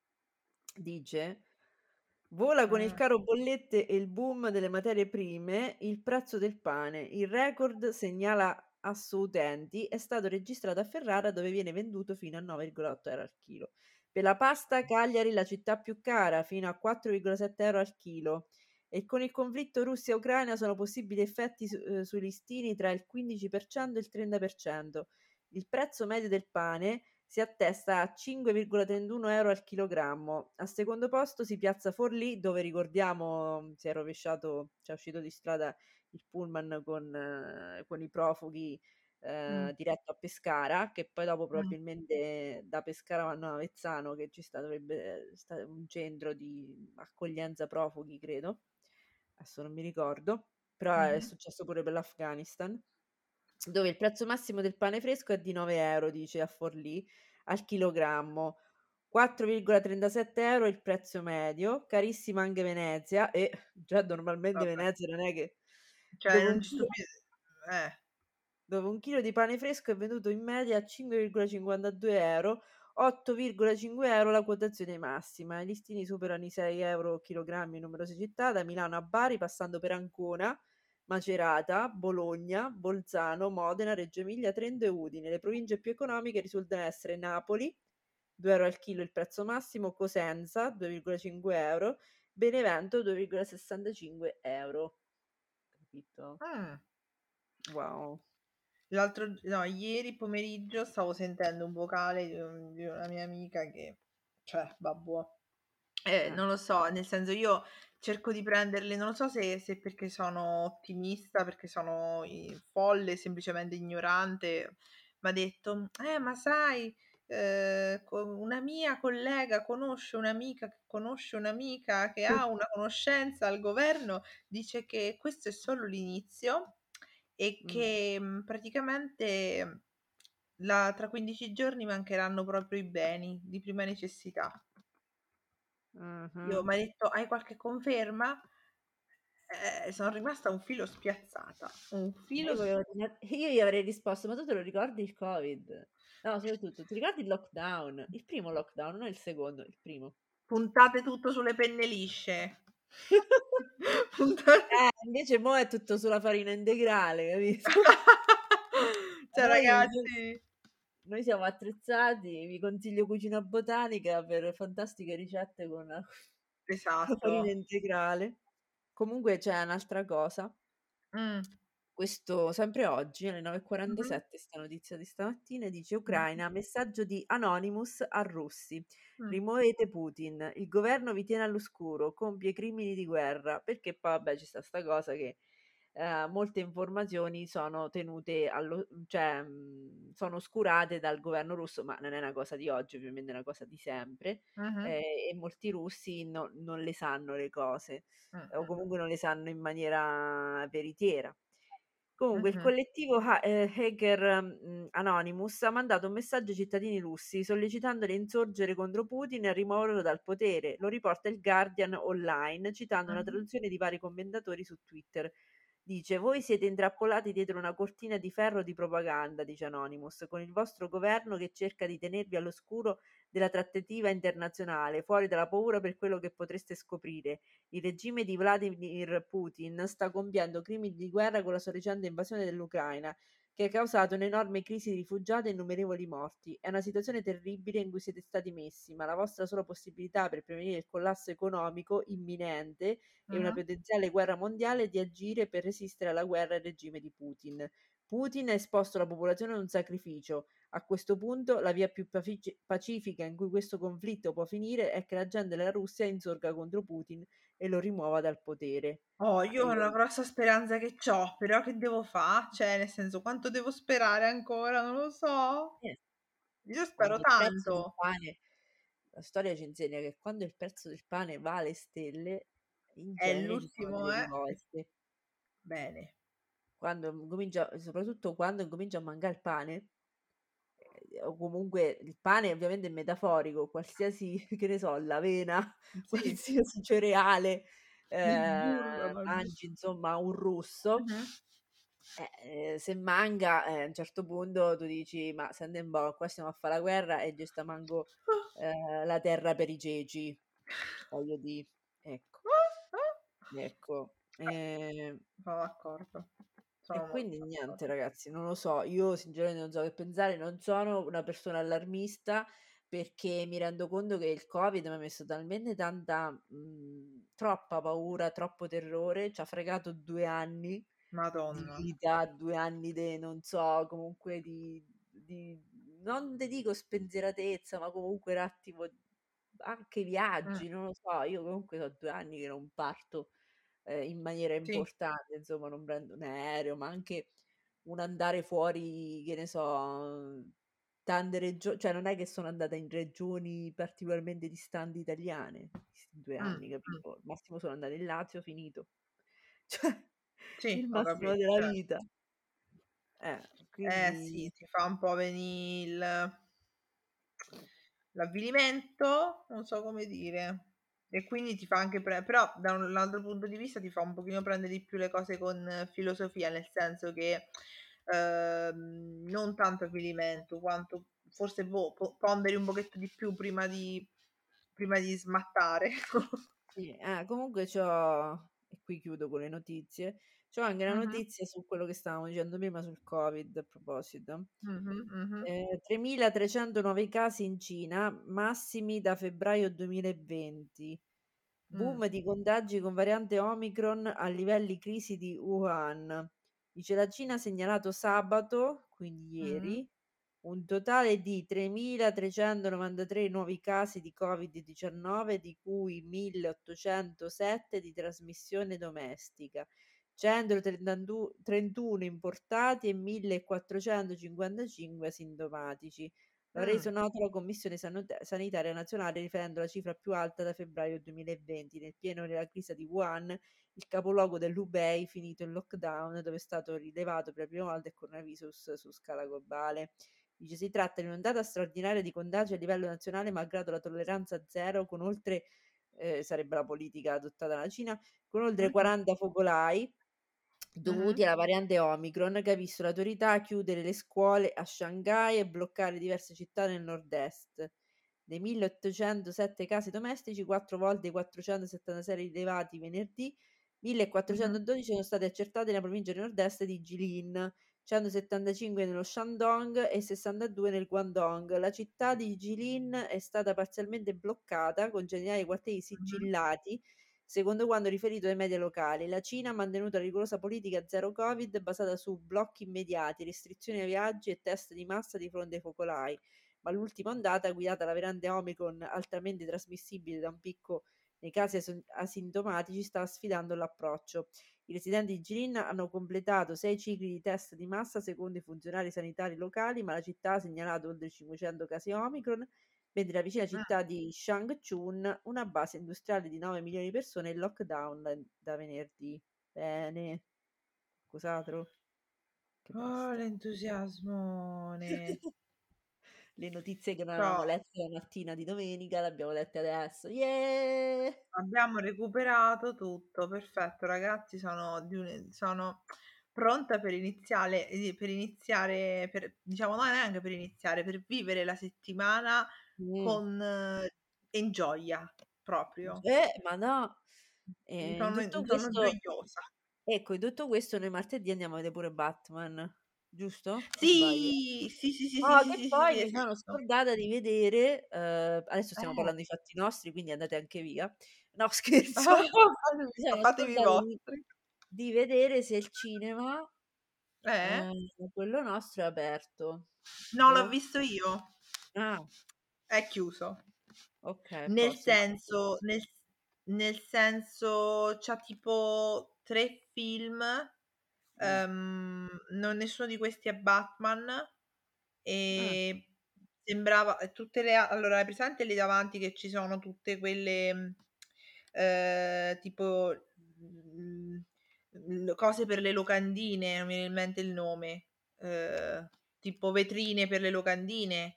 Speaker 1: Dice: "Vola con il
Speaker 2: Eh.
Speaker 1: caro bollette e il boom delle materie prime il prezzo del pane. Il record, segnala Assoutenti, è stato registrato a Ferrara dove viene venduto fino a nove virgola otto euro € al chilo. Per la pasta Cagliari la città più cara, fino a quattro virgola sette euro € al chilo. E con il conflitto Russia-Ucraina sono possibili effetti su ehm, sui listini tra il quindici per cento e il trenta per cento. Il prezzo medio del pane si attesta a cinque virgola trentuno euro € al chilogrammo. Al secondo posto si piazza Forlì, dove ricordiamo si è rovesciato c'è uscito di strada il pullman con eh, con i profughi,
Speaker 2: Mh,
Speaker 1: ehm, diretto a Pescara, che poi dopo
Speaker 2: mh,
Speaker 1: probabilmente da Pescara vanno a Avezzano, che ci sta dovrebbe sta un centro di accoglienza profughi credo, adesso non mi ricordo, però è
Speaker 2: mh-mh.
Speaker 1: successo pure per l'Afghanistan. Dove il prezzo massimo del pane fresco è di nove euro € dice a Forlì, al chilogrammo. quattro virgola trentasette euro € il prezzo medio, carissima anche Venezia e già normalmente
Speaker 2: Vabbè,
Speaker 1: Venezia non è che
Speaker 2: cioè
Speaker 1: dove
Speaker 2: non
Speaker 1: un
Speaker 2: ci
Speaker 1: chilo
Speaker 2: stupi eh.
Speaker 1: dove un chilo di pane fresco è venduto in media a cinque virgola cinquantadue euro €, otto virgola cinque euro € la quotazione massima. I listini superano i sei euro € chilogrammi in numerose città, da Milano a Bari, passando per Ancona, Macerata, Bologna, Bolzano, Modena, Reggio Emilia, Trento e Udine. Le province più economiche risultano essere Napoli, due euro € al chilo il prezzo massimo, Cosenza, due virgola cinque euro €, Benevento, due virgola sessantacinque euro €. Capito?
Speaker 2: Mh.
Speaker 1: Wow.
Speaker 2: L'altro g no, ieri pomeriggio stavo sentendo un vocale di un di una mia amica che cioè vabbò. Eh,
Speaker 1: Eh.
Speaker 2: non lo so, nel senso io cerco di prenderle non lo so se se perché sono ottimista, perché sono i folle, semplicemente ignorante, m'ha detto: "Eh, ma sai, ehm, co una mia collega conosce un'amica che conosce un'amica che ha una conoscenza al governo, dice che questo è solo l'inizio e
Speaker 1: Mh.
Speaker 2: che, mhmm, praticamente la tra quindici giorni mancheranno proprio i beni di prima necessità". Io
Speaker 1: Mh-mh.
Speaker 2: m'ha detto: "Hai qualche conferma?" Eh, son rimasta un filo spiazzata, un
Speaker 1: Ma
Speaker 2: filo
Speaker 1: io
Speaker 2: s
Speaker 1: volevo dire io gli avrei risposto: "Ma tu te lo ricordi il Covid?" No, soprattutto, ti ricordi il lockdown? Il primo lockdown, non il secondo, il primo.
Speaker 2: puntate tutto sulle penne lisce. Puntate
Speaker 1: Eh, invece mo' è tutto sulla farina integrale, capito?
Speaker 2: cioè
Speaker 1: Noi noi
Speaker 2: ragazzi
Speaker 1: noi siamo attrezzati, vi consiglio Cucina Botanica per fantastiche ricette con la con la farina
Speaker 2: esatto.
Speaker 1: integrale. Comunque c'è un'altra cosa.
Speaker 2: Mh.
Speaker 1: Questo sempre oggi alle
Speaker 2: Mh-mh.
Speaker 1: nove e quarantasette 'sta notizia di stamattina, dice:
Speaker 2: Mh-mh.
Speaker 1: "Ucraina, messaggio di Anonymous a russi.
Speaker 2: Mh.
Speaker 1: Rimuovete Putin. Il governo vi tiene all'oscuro, compie crimini di guerra". Perché poi vabbè ci sta 'sta cosa che ehm, molte informazioni sono tenute allo cioè, mhmm, sono oscurate dal governo russo, ma non è una cosa di oggi, ovviamente è una cosa di sempre,
Speaker 2: Mh-mh.
Speaker 1: ehm, e molti russi no non le sanno le cose,
Speaker 2: Mh,
Speaker 1: o
Speaker 2: mh,
Speaker 1: comunque non le sanno in maniera veritiera. Comunque il
Speaker 2: mh-mh,
Speaker 1: collettivo ha ehm, Hacker, mhmm, Anonymous ha mandato un messaggio ai cittadini russi sollecitandoli a insorgere contro Putin e a rimuoverlo dal potere. Lo riporta il Guardian online, citando una
Speaker 2: mh-mh,
Speaker 1: traduzione di vari commentatori su Twitter. Dice: "Voi siete intrappolati dietro una cortina di ferro di propaganda", dice Anonymous, "con il vostro governo che cerca di tenervi all'oscuro della trattativa internazionale, fuori dalla paura per quello che potreste scoprire. Il regime di Vladimir Putin sta compiendo crimini di guerra con la sua recente invasione dell'Ucraina, che ha causato un'enorme crisi di rifugiati e innumerevoli morti. È una situazione terribile in cui siete stati messi, ma la vostra sola possibilità per prevenire il collasso economico imminente e una
Speaker 2: mh-mh.
Speaker 1: potenziale guerra mondiale è di agire per resistere alla guerra al regime di Putin. Putin ha esposto la popolazione ad un sacrificio. A questo punto, la via più pafici- pacifica in cui questo conflitto può finire è che la gente della Russia insorga contro Putin e lo rimuova dal potere."
Speaker 2: Oh,
Speaker 1: Ma
Speaker 2: io è
Speaker 1: io
Speaker 2: una grossa speranza che c'ho, però che devo fa? Cioè, nel senso, quanto devo sperare ancora? Non lo so.
Speaker 1: eh,
Speaker 2: Io spero
Speaker 1: quando il prezzo del
Speaker 2: tanto.
Speaker 1: pane la storia ci insegna che quando il prezzo del pane va alle stelle, in
Speaker 2: È
Speaker 1: genere ci sono
Speaker 2: l'ultimo,
Speaker 1: delle
Speaker 2: eh? E
Speaker 1: rivolte.
Speaker 2: bene.
Speaker 1: Quando incomincia soprattutto quando incomincia a mancà il pane, ehm, o comunque il pane ovviamente è metaforico, qualsiasi che ne so, l'avena,
Speaker 2: Sì,
Speaker 1: qualsiasi cereale,
Speaker 2: il
Speaker 1: ehm,
Speaker 2: burro, ma il bu
Speaker 1: mangi insomma un russo,
Speaker 2: mh-mh.
Speaker 1: eh, ehm, se manca, eh, a un certo punto tu dici: "Ma senti un po', qua stiamo a fa la guerra e già sta manco, ehm, la terra per i ceci." Voglio dì, ecco, ecco. Ehm
Speaker 2: Sono d'accordo.
Speaker 1: E
Speaker 2: Sono molto
Speaker 1: quindi niente
Speaker 2: d'accordo.
Speaker 1: ragazzi, non lo so, io sinceramente non so che pensare, non sono una persona allarmista perché mi rendo conto che il Covid m'ha messo talmente tanta mhmm, troppa paura, troppo terrore, c'ha fregato due anni di
Speaker 2: Madonna.
Speaker 1: vita, due anni de non so, comunque di di non te dico spensieratezza, ma comunque un attimo anche
Speaker 2: Mh,
Speaker 1: viaggi, non lo so, io comunque so due anni che non parto ehm, in maniera
Speaker 2: sì.
Speaker 1: importante, insomma, non prendo un aereo, ma anche un andare fuori, che ne so, tante regio cioè non è che sono andata in regioni particolarmente distanti italiane, questi due
Speaker 2: Mh,
Speaker 1: anni,
Speaker 2: mh.
Speaker 1: capito? Al massimo sono andata in Lazio, finito. Cioè,
Speaker 2: Sì,
Speaker 1: il
Speaker 2: ho
Speaker 1: massimo
Speaker 2: capito,
Speaker 1: della
Speaker 2: certo.
Speaker 1: vita. Eh,
Speaker 2: Eh sì,
Speaker 1: quindi
Speaker 2: ti fa un po' venì il l'avvilimento, non so come dire. E quindi ti fa anche pre però da un l'altro punto di vista ti fa un pochino prendere di più le cose con filosofia, nel senso che, ehm, non tanto avvilimento quanto forse boh, po ponderi un pochetto di più prima di prima di smattare.
Speaker 1: sì, eh, comunque c'ho e qui chiudo con le notizie, c'ho anche una
Speaker 2: Mh-mh,
Speaker 1: notizia su quello che stavamo dicendo prima sul Covid a proposito.
Speaker 2: mh-mh, mh-mh,
Speaker 1: Ehm, tremilatrecento nuovi casi in Cina, massimi da febbraio duemilaventi.
Speaker 2: mh,
Speaker 1: Boom di contagi con variante Omicron a livelli crisi di Wuhan. Dice la Cina ha segnalato sabato, quindi
Speaker 2: mh-mh,
Speaker 1: ieri, un totale di tremilatrecentonovantatré nuovi casi di Covid diciannove, di cui milleottocentosette di trasmissione domestica, centotrentandu trentuno importati e millequattrocentocinquantacinque asintomatici. Lo ha
Speaker 2: mh,
Speaker 1: reso noto la Commissione Sanota Sanitaria Nazionale riferendo la cifra più alta da febbraio duemilaventi, nel pieno della crisi di Wuhan, il capoluogo dell'Hubei finito in lockdown, dove è stato rilevato per la prima volta il coronavirus su scala globale. Dice si tratta di un'ondata straordinaria di contagi a livello nazionale, malgrado la tolleranza zero, con oltre, eh, sarebbe la politica adottata dalla Cina, con oltre
Speaker 2: mh-mh,
Speaker 1: quaranta focolai
Speaker 2: mh-mh,
Speaker 1: dovuti alla variante Omicron, che ha visto le autorità chiudere le scuole a Shanghai e bloccare diverse città nel nord-est. Dei milleottocentosette casi domestici, quattro volte i quattrocentosettantasei rilevati venerdì,
Speaker 2: mh-mh,
Speaker 1: millequattrocentododici sono stati accertati nella provincia di nord-est di Jilin, centosettantacinque nello Shandong e sessantadue nel Guangdong. La città di Jilin è stata parzialmente bloccata con centinaia di quartieri
Speaker 2: mh-mh,
Speaker 1: sigillati, secondo quanto riferito dai media locali. La Cina ha mantenuto la rigorosa politica zero Covid basata su blocchi immediati, restrizioni ai viaggi e test di massa di fronte ai focolai, ma l'ultima ondata, guidata dalla variante Omicron altamente trasmissibile da un picco nei casi asin- asintomatici, sta sfidando l'approccio. I residenti di Jilin hanno completato sei cicli di test di massa secondo i funzionari sanitari locali, ma la città ha segnalato oltre cinquecento casi Omicron, mentre la vicina
Speaker 2: Mh.
Speaker 1: città di Changchun, una base industriale di nove milioni di persone, è in lockdown da, da venerdì. Bene, cos'altro? Che
Speaker 2: Oh,
Speaker 1: basta.
Speaker 2: l'entusiasmone.
Speaker 1: Le notizie che non avevamo
Speaker 2: C'ho
Speaker 1: letto la mattina di domenica le abbiamo lette adesso. Yeah!
Speaker 2: Abbiamo recuperato tutto, perfetto ragazzi, sono di un sono pronta per iniziale ehm, per iniziare per diciamo no, neanche per iniziare, per vivere la settimana
Speaker 1: Mh.
Speaker 2: con in gioia, proprio.
Speaker 1: Eh, ma no.
Speaker 2: Mh,
Speaker 1: Ehm, in
Speaker 2: sono
Speaker 1: tutto
Speaker 2: sono
Speaker 1: questo
Speaker 2: gioiosa.
Speaker 1: ecco, in tutto questo noi martedì andiamo a vedere pure Batman, giusto? O sbaglio?
Speaker 2: Sì! Sì, sì, sì, sì,
Speaker 1: Oh,
Speaker 2: sì,
Speaker 1: che
Speaker 2: sì, sì,
Speaker 1: poi
Speaker 2: sì,
Speaker 1: mi sono
Speaker 2: esatto.
Speaker 1: scordata di vedere, uhm, adesso stiamo
Speaker 2: Eh.
Speaker 1: parlando di fatti nostri, quindi andate anche via. No scherzo,
Speaker 2: Fatevi
Speaker 1: mi sono
Speaker 2: fatevi i
Speaker 1: scordata di
Speaker 2: vostri.
Speaker 1: di vedere se il cinema,
Speaker 2: Eh?
Speaker 1: ehm, quello nostro è aperto.
Speaker 2: No, l'ho
Speaker 1: Boh.
Speaker 2: visto io.
Speaker 1: Ah,
Speaker 2: È chiuso.
Speaker 1: okay, a
Speaker 2: Nel
Speaker 1: posto. No,
Speaker 2: senso nel s nel senso c'ha tipo tre film,
Speaker 1: mh.
Speaker 2: ehm, non nessuno di questi è Batman,
Speaker 1: Ah,
Speaker 2: e sembrava e tutte le a allora hai presente lì davanti che ci sono tutte quelle, mhmm, ehm, tipo, mhmm, l cose per le locandine, non mi viene in mente il nome, ehm, tipo vetrine per le locandine?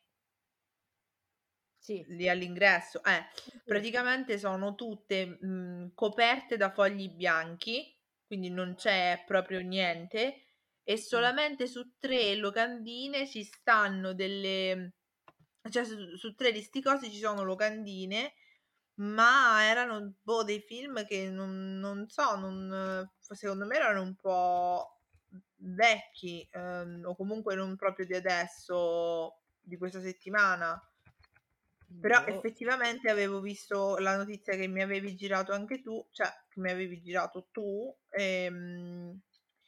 Speaker 1: sì.
Speaker 2: Lì all'ingresso, eh,
Speaker 1: Sì, sì.
Speaker 2: praticamente sono tutte, mhmm, coperte da fogli bianchi, quindi non c'è proprio niente, e
Speaker 1: Ah,
Speaker 2: solamente su tre locandine ci stanno delle cioè su su tre di 'sti cosi ci sono locandine, ma erano, boh, dei film che non non so, non f secondo me erano un po' v vecchi, ehm, o comunque non proprio di adesso, di questa settimana. Però
Speaker 1: boh.
Speaker 2: effettivamente avevo visto la notizia che mi avevi girato anche tu, cioè che mi avevi girato tu, ehm,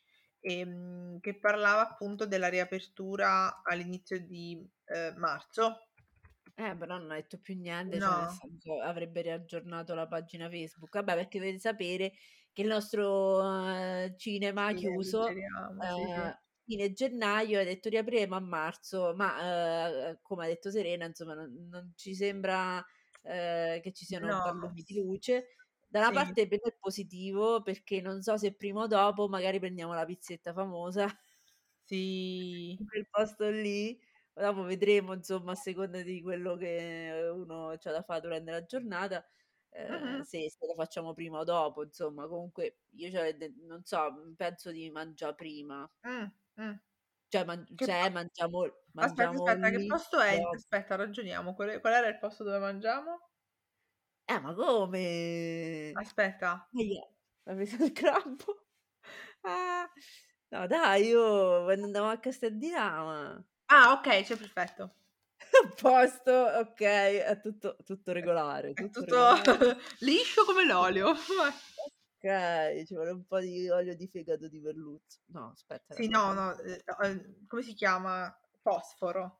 Speaker 2: ehm, che parlava appunto della riapertura all'inizio di, ehm, marzo.
Speaker 1: Eh, però non ha detto più niente, cioè nel
Speaker 2: No,
Speaker 1: senso avrebbe riaggiornato la pagina Facebook. Vabbè, perché dovete sapere che il nostro, ehm, cinema
Speaker 2: sì, ne
Speaker 1: chiuso,
Speaker 2: leggeriamo, sì, sì.
Speaker 1: ehm, fine gennaio ha detto riapriremo a marzo, ma, ehm, come ha detto Serena, insomma, non non ci sembra, ehm, che ci siano
Speaker 2: No,
Speaker 1: barlumi di luce. Da una
Speaker 2: sì,
Speaker 1: parte per me è positivo, perché non so se prima o dopo magari prendiamo la pizzetta famosa
Speaker 2: sì.
Speaker 1: in quel posto lì. Dopo vedremo insomma a seconda di quello che uno c'ha da fa durante la giornata, ehm,
Speaker 2: Mh-mh.
Speaker 1: se se lo facciamo prima o dopo, insomma. Comunque io c'ho de non so, mhmm, penso di mangià prima.
Speaker 2: Mh, mh.
Speaker 1: Cioè man
Speaker 2: Che
Speaker 1: cioè
Speaker 2: po
Speaker 1: mangiamo
Speaker 2: aspetta,
Speaker 1: mangiamo
Speaker 2: aspetta, che
Speaker 1: lì
Speaker 2: posto è?
Speaker 1: do
Speaker 2: Aspetta, ragioniamo. Qual è qual era il posto dove mangiamo?
Speaker 1: eh, ma come?
Speaker 2: Aspetta.
Speaker 1: Ahia, m'ha preso il crampo. Ah. No dai, io quando andavamo a Castel di Rama.
Speaker 2: Ah, okay, cioè perfetto.
Speaker 1: A posto, okay, è tutto tutto
Speaker 2: È
Speaker 1: regolare,
Speaker 2: è
Speaker 1: tutto
Speaker 2: tutto
Speaker 1: regolare.
Speaker 2: liscio come l'olio.
Speaker 1: Okay, ci vuole un po' di olio di fegato di merluzzo. No, aspetta, era
Speaker 2: Sì, no,
Speaker 1: quello.
Speaker 2: no, ehm, uhm, come si chiama? Fosforo.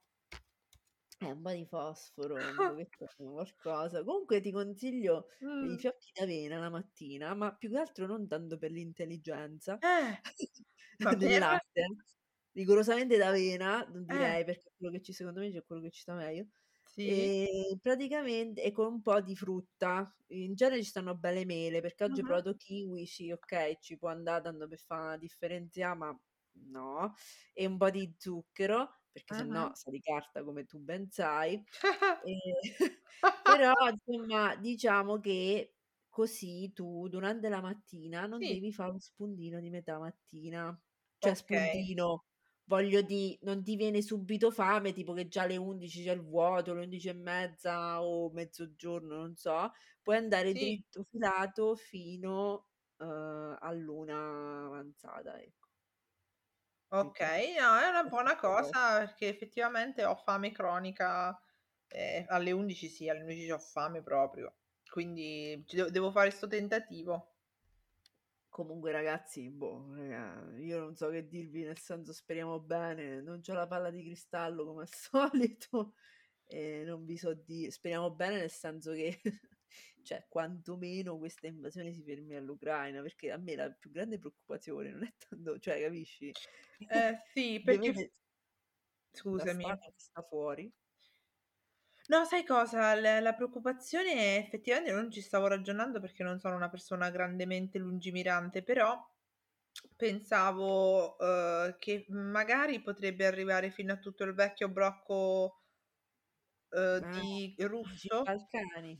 Speaker 1: Eh, un po' di fosforo, un pochetto qualcosa. Comunque ti consiglio i
Speaker 2: Mh.
Speaker 1: fiocchi d'avena la mattina, ma più che altro non tanto per l'intelligenza
Speaker 2: Eh, ma
Speaker 1: del
Speaker 2: per?
Speaker 1: latte, rigorosamente d'avena, non
Speaker 2: Eh,
Speaker 1: direi perché quello che ci secondo me c'è quello che ci sta meglio.
Speaker 2: sì.
Speaker 1: Ehm, praticamente e con un po' di frutta. In genere ci stanno belle mele, perché oggi ho
Speaker 2: Mh-mh.
Speaker 1: provato kiwi, sì, okay, ci può andà tanto per fa differenzià, ma no. E un po' di zucchero, perché se
Speaker 2: Mh-mh.
Speaker 1: no sa di carta come tu ben sai. Ehm, però insomma diciamo che così tu durante la mattina non
Speaker 2: Sì,
Speaker 1: devi fa' lo spuntino di metà mattina. Cioè
Speaker 2: okay.
Speaker 1: spuntino, voglio dì, non ti viene subito fame, tipo che già alle undici c'è il vuoto, le undici e mezza o mezzogiorno, non so, puoi andare
Speaker 2: Sì,
Speaker 1: dritto filato fino, uhm, all'una avanzata, ecco. Capito?
Speaker 2: okay. No, è una buona
Speaker 1: Questa cosa.
Speaker 2: cosa perché effettivamente ho fame cronica, ehm, alle undici sì, alle undici c'ho fame proprio. Quindi ci devo devo fare 'sto tentativo.
Speaker 1: Comunque ragazzi, boh, raga, io non so che dirvi, nel senso speriamo bene, non c'ho la palla di cristallo come al solito e non vi so di speriamo bene nel senso che cioè quantomeno questa invasione si fermi all'Ucraina, perché a me la più grande preoccupazione non è tanto, cioè capisci?
Speaker 2: Eh sì,
Speaker 1: Dio
Speaker 2: perché
Speaker 1: vede la
Speaker 2: scusami.
Speaker 1: strada che sta fuori.
Speaker 2: No, sai cosa? L la preoccupazione effettivamente non ci stavo ragionando perché non sono una persona grandemente lungimirante, però pensavo, uhm, che magari potrebbe arrivare fino a tutto il vecchio blocco, uhm,
Speaker 1: Ah,
Speaker 2: di
Speaker 1: dici
Speaker 2: russo,
Speaker 1: Balcani?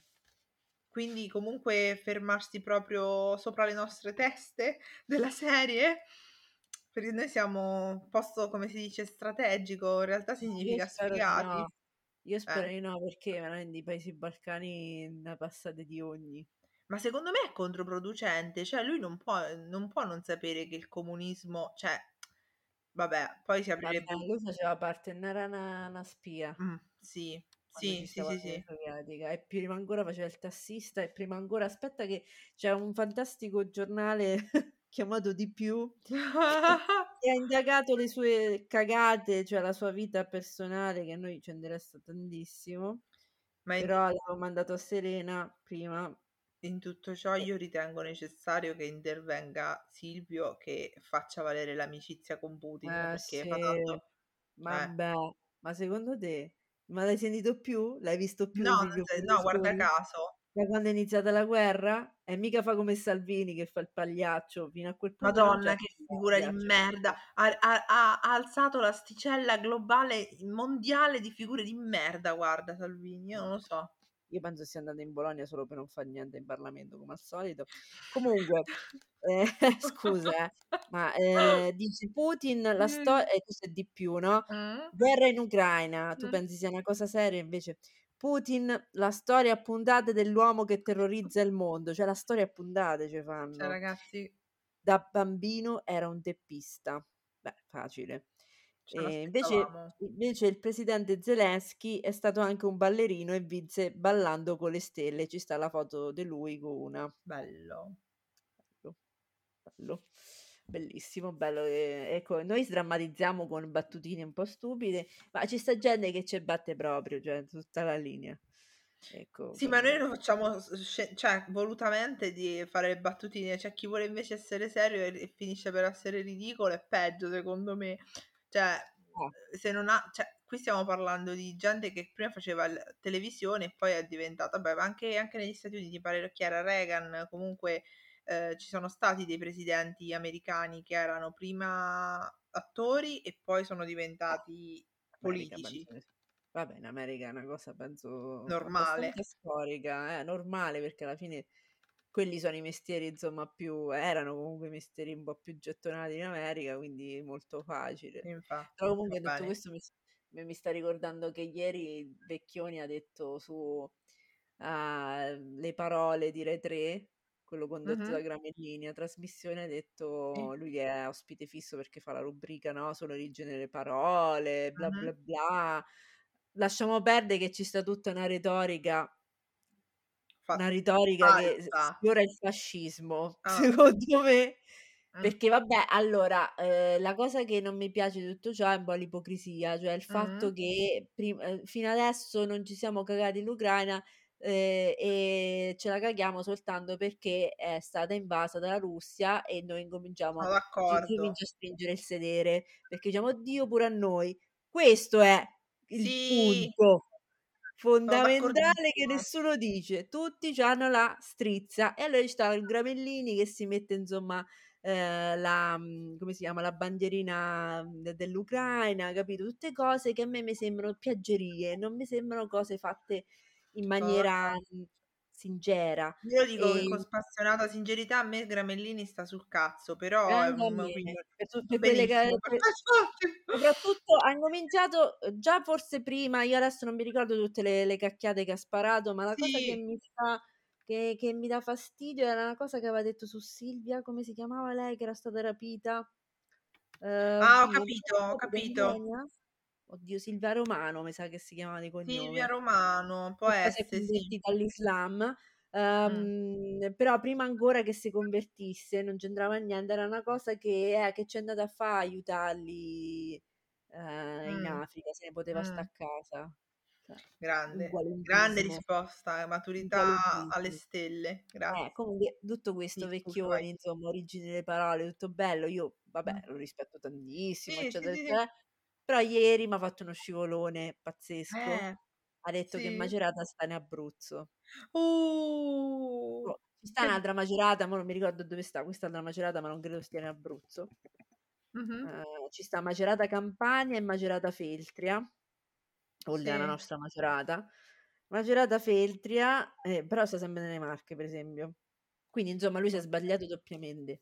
Speaker 2: quindi comunque fermarsi proprio sopra le nostre teste della serie? Perché noi siamo un posto, come si dice, strategico, in realtà
Speaker 1: Io
Speaker 2: significa
Speaker 1: spero di no.
Speaker 2: sfigati.
Speaker 1: Io spero
Speaker 2: Eh.
Speaker 1: di no perché veramente i paesi balcani ne ha passate di ogni.
Speaker 2: Ma secondo me è controproducente, cioè lui non può non può non sapere che il comunismo cioè vabbè, poi si
Speaker 1: Vabbè,
Speaker 2: aprirebbe un
Speaker 1: lui faceva parte, non era una, una spia
Speaker 2: mh, sì,
Speaker 1: quando
Speaker 2: sì,
Speaker 1: ci
Speaker 2: sì,
Speaker 1: stava
Speaker 2: sì,
Speaker 1: l'Unione
Speaker 2: sì.
Speaker 1: Sovietica e prima ancora faceva il tassista e prima ancora, aspetta che c'è un fantastico giornale chiamato Di più che ha indagato le sue cagate, cioè la sua vita personale che a noi ci interessa tantissimo,
Speaker 2: Ma in
Speaker 1: però l'avevo mandato a Serena prima.
Speaker 2: in tutto ciò
Speaker 1: E
Speaker 2: io ritengo necessario che intervenga Silvio che faccia valere l'amicizia con Putin,
Speaker 1: eh
Speaker 2: perché fa
Speaker 1: sì,
Speaker 2: tanto cioè
Speaker 1: vabbè, ma secondo te, ma l'hai sentito più? L'hai visto più
Speaker 2: no, non
Speaker 1: Silvio
Speaker 2: se no, guarda
Speaker 1: Berlusconi?
Speaker 2: caso.
Speaker 1: Da quando è iniziata la guerra? E mica fa come Salvini che fa il pagliaccio, fino a quel punto non
Speaker 2: Madonna
Speaker 1: c'è
Speaker 2: che
Speaker 1: il
Speaker 2: figura di
Speaker 1: pagliaccio.
Speaker 2: merda. Ha ha ha ha alzato l'asticella globale mondiale di figure di merda, guarda Salvini, io non
Speaker 1: No,
Speaker 2: lo so.
Speaker 1: io penso sia andato in Bologna solo per non far niente in Parlamento come al solito. Comunque, ehm, scusa eh, ma, ehm, dici Putin la sto
Speaker 2: Mh.
Speaker 1: e questo è di più, no,
Speaker 2: Mh.
Speaker 1: guerra in Ucraina, tu
Speaker 2: Mh.
Speaker 1: pensi sia una cosa seria, invece Putin, la storia a puntate dell'uomo che terrorizza il mondo, cioè la storia a puntate ce
Speaker 2: Cioè
Speaker 1: fanno.
Speaker 2: ragazzi,
Speaker 1: Da bambino era un teppista. Beh, facile.
Speaker 2: ce
Speaker 1: Ehm, invece
Speaker 2: l'aspettavamo.
Speaker 1: invece il presidente Zelensky è stato anche un ballerino e vinse Ballando con le stelle. Ci sta la foto de lui con una.
Speaker 2: Bello.
Speaker 1: Bello, bello, bellissimo, bello. Ehm, ecco, noi sdrammatizziamo con battutine un po' stupide, ma ci sta gente che ce batte proprio, cioè su tutta la linea. Ecco,
Speaker 2: Sì, ma noi
Speaker 1: quindi
Speaker 2: lo facciamo s sce cioè volutamente di fare le battutine, c'è chi vuole invece essere serio e e finisce per essere ridicolo, è peggio secondo me. Cioè,
Speaker 1: ah,
Speaker 2: mhmm, se non ha cioè qui stiamo parlando di gente che prima faceva il televisione e poi è diventata vabbè, ma anche anche negli Stati Uniti, mi pare chi era Reagan, comunque, ehm, ci sono stati dei presidenti americani che erano prima attori e poi sono
Speaker 1: ah.
Speaker 2: diventati
Speaker 1: America
Speaker 2: politici.
Speaker 1: penso che s vabbè, in America è una cosa penso
Speaker 2: Normale,
Speaker 1: abbastanza storica, eh, normale perché alla fine quelli sono i mestieri insomma più erano comunque i mestieri un po' più gettonati in America, quindi molto facile. Però
Speaker 2: infatti, va
Speaker 1: comunque detto
Speaker 2: bene.
Speaker 1: questo mi s mi mi sta ricordando che ieri Vecchioni ha detto su, uhm, Le parole di Rai tre, quello condotto
Speaker 2: Mh-mh.
Speaker 1: da Gramellini, a trasmissione, ha
Speaker 2: Sì.
Speaker 1: detto lui che è ospite fisso perché fa la rubrica, no, sull'origine delle parole, bla
Speaker 2: Mh-mh.
Speaker 1: bla bla. Lasciamo perde che ci sta tutta una retorica
Speaker 2: Fa
Speaker 1: una retorica che s
Speaker 2: falsa.
Speaker 1: sfiora il fascismo,
Speaker 2: Ah.
Speaker 1: secondo me,
Speaker 2: Mh.
Speaker 1: perché vabbè, allora, ehm, la cosa che non mi piace di tutto ciò è un po' l'ipocrisia, cioè il
Speaker 2: Mh-mh.
Speaker 1: fatto che prim ehm, fino adesso non ci siamo cagati l'Ucraina, ehm, e ce la caghiamo soltanto perché è stata invasa dalla Russia e noi
Speaker 2: Sono
Speaker 1: incominciamo ci si
Speaker 2: d'accordo.
Speaker 1: comincia a stringere il sedere, perché diciamo: "Oddio pure a noi". Questo è il
Speaker 2: Sì,
Speaker 1: punto
Speaker 2: sono
Speaker 1: fondamentale che
Speaker 2: d'accordissimo.
Speaker 1: nessuno dice. Tutti c'hanno la strizza e allora ci sta il Gramellini che si mette insomma, ehm, la mhmm, come si chiama, la bandierina, mhmm, de dell'Ucraina, capito, tutte cose che a me mi sembrano piaggerie, non mi sembrano cose fatte in
Speaker 2: Sono
Speaker 1: maniera,
Speaker 2: d'accordo.
Speaker 1: mhmm, sincera.
Speaker 2: Io dico che con
Speaker 1: Ehm
Speaker 2: spassionata sincerità a me Gramellini sta sul cazzo,
Speaker 1: E
Speaker 2: però è
Speaker 1: anche a me,
Speaker 2: un'opinione
Speaker 1: per tu
Speaker 2: va
Speaker 1: per quelle
Speaker 2: benissimo,
Speaker 1: che
Speaker 2: per
Speaker 1: per
Speaker 2: me sta ottimo.
Speaker 1: soprattutto ha incominciato, uhm, già forse prima, io adesso non mi ricordo tutte le le cacchiate che ha sparato, ma la cosa che
Speaker 2: Sì.
Speaker 1: mi fa che che mi dà fastidio era una cosa che aveva detto su Silvia, come si chiamava lei che era stata rapita? Ehm,
Speaker 2: Ah, ho
Speaker 1: oddio, mi
Speaker 2: capito,
Speaker 1: viene
Speaker 2: ho
Speaker 1: proprio, non mi
Speaker 2: capito.
Speaker 1: viene? Oddio, Silvia Romano mi sa che si chiamava di
Speaker 2: Silvia
Speaker 1: cognome.
Speaker 2: Romano, può
Speaker 1: Che poi si è
Speaker 2: esse sì.
Speaker 1: convertita all'Islam,
Speaker 2: Mh.
Speaker 1: uhm, però prima ancora che si convertisse, non c'entrava niente, era una cosa che eh, che c'è andata a fa' aiutarli, ehm, in
Speaker 2: Mh.
Speaker 1: Africa, se ne poteva sta
Speaker 2: Mh.
Speaker 1: a casa. ceh un
Speaker 2: Grande, grande
Speaker 1: qualunquismo.
Speaker 2: risposta,
Speaker 1: Un
Speaker 2: maturità alle
Speaker 1: qualunquismo.
Speaker 2: stelle,
Speaker 1: Eh,
Speaker 2: grazie.
Speaker 1: comunque tutto questo
Speaker 2: Sì, scusa, vai.
Speaker 1: vecchioni, insomma, origini delle parole, tutto bello. Io, vabbè,
Speaker 2: Mh.
Speaker 1: lo rispetto tantissimo,
Speaker 2: Sì, sì,
Speaker 1: eccetera,
Speaker 2: sì, sì.
Speaker 1: eccetera, però ieri m'ha fatto uno scivolone pazzesco.
Speaker 2: Eh,
Speaker 1: Ha detto che
Speaker 2: sì?
Speaker 1: Macerata sta in Abruzzo.
Speaker 2: Uh,
Speaker 1: Boh, ci sta
Speaker 2: che
Speaker 1: un'altra Macerata, mo non mi ricordo dove sta quest'altra Macerata, ma non credo stia in Abruzzo.
Speaker 2: Mh-mh.
Speaker 1: Ehm, ci sta Macerata Campania e Macerata Feltria, oltre alla
Speaker 2: Sì.
Speaker 1: nostra Macerata. Macerata Feltria, eh, però sta sempre nelle Marche, per esempio. Quindi, insomma, lui si è
Speaker 2: Okay.
Speaker 1: sbagliato doppiamente.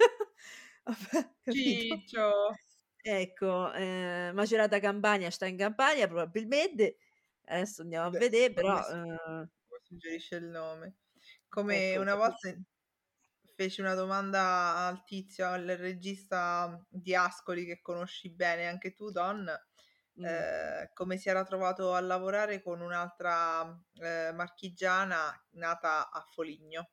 Speaker 1: Vabbè, capito?
Speaker 2: Ciccio.
Speaker 1: Ecco, ehm, Macerata Campania sta in Campania probabilmente, adesso andiamo a
Speaker 2: Beh,
Speaker 1: vedè,
Speaker 2: come
Speaker 1: però,
Speaker 2: s
Speaker 1: ehm
Speaker 2: come suggerisce il nome. Come
Speaker 1: Ecco,
Speaker 2: una volta
Speaker 1: capisci?
Speaker 2: in feci una domanda al tizio, al regista di Ascoli che conosci bene anche tu Don,
Speaker 1: Mh.
Speaker 2: ehm, come si era trovato a lavorare con un'altra, ehm, marchigiana nata a Foligno.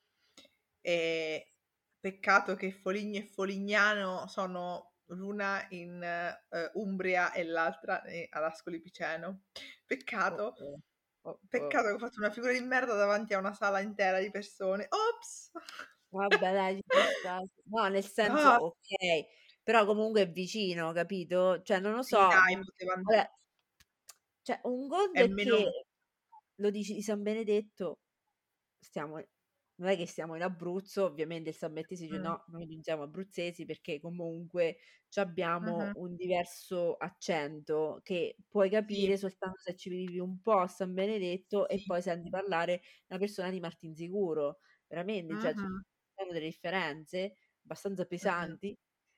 Speaker 2: Ehm, peccato che Foligno e Folignano sono l'una in, ehm, Umbria e l'altra, ehm, ad Ascoli Piceno. Peccato
Speaker 1: Oh-oh, oh-oh.
Speaker 2: peccato che ho fatto una figura di merda davanti a una sala intera di persone. Ops!
Speaker 1: Vabbè dai, ci può sta no, nel senso
Speaker 2: Ah!
Speaker 1: okay, però comunque è vicino, capito? Cioè, non lo
Speaker 2: Sì
Speaker 1: so,
Speaker 2: dai,
Speaker 1: mhmm,
Speaker 2: poteva an
Speaker 1: vabbè cioè, un conto
Speaker 2: È
Speaker 1: è che
Speaker 2: meno
Speaker 1: lo dici di San Benedetto, stiamo non è che stiamo in Abruzzo, ovviamente il San Benedettese dice:
Speaker 2: Mh.
Speaker 1: "No, noi non siamo abruzzesi", perché comunque c'abbiamo
Speaker 2: Mh-mh.
Speaker 1: un diverso accento che puoi
Speaker 2: Sì.
Speaker 1: capire soltanto se ci vivi un po' a San Benedetto e
Speaker 2: Sì.
Speaker 1: poi senti parlare una persona di Martinsicuro. Veramente, cioè ci
Speaker 2: Mh-mh.
Speaker 1: sono delle differenze abbastanza
Speaker 2: Mh-mh.
Speaker 1: pesanti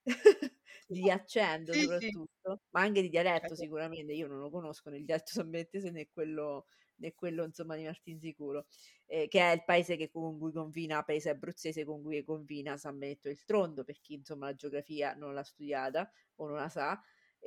Speaker 2: Sì.
Speaker 1: di accento
Speaker 2: Sì, sì.
Speaker 1: soprattutto, ma anche di dialetto
Speaker 2: Certo.
Speaker 1: sicuramente. Io non lo conosco né il dialetto sanbenittese né quello né quello insomma di Martinsicuro, ehm, che è il paese che con cui confina paese abruzzese con cui confina San Benedetto del Tronto, per chi insomma la geografia non l'ha studiata o non la sa.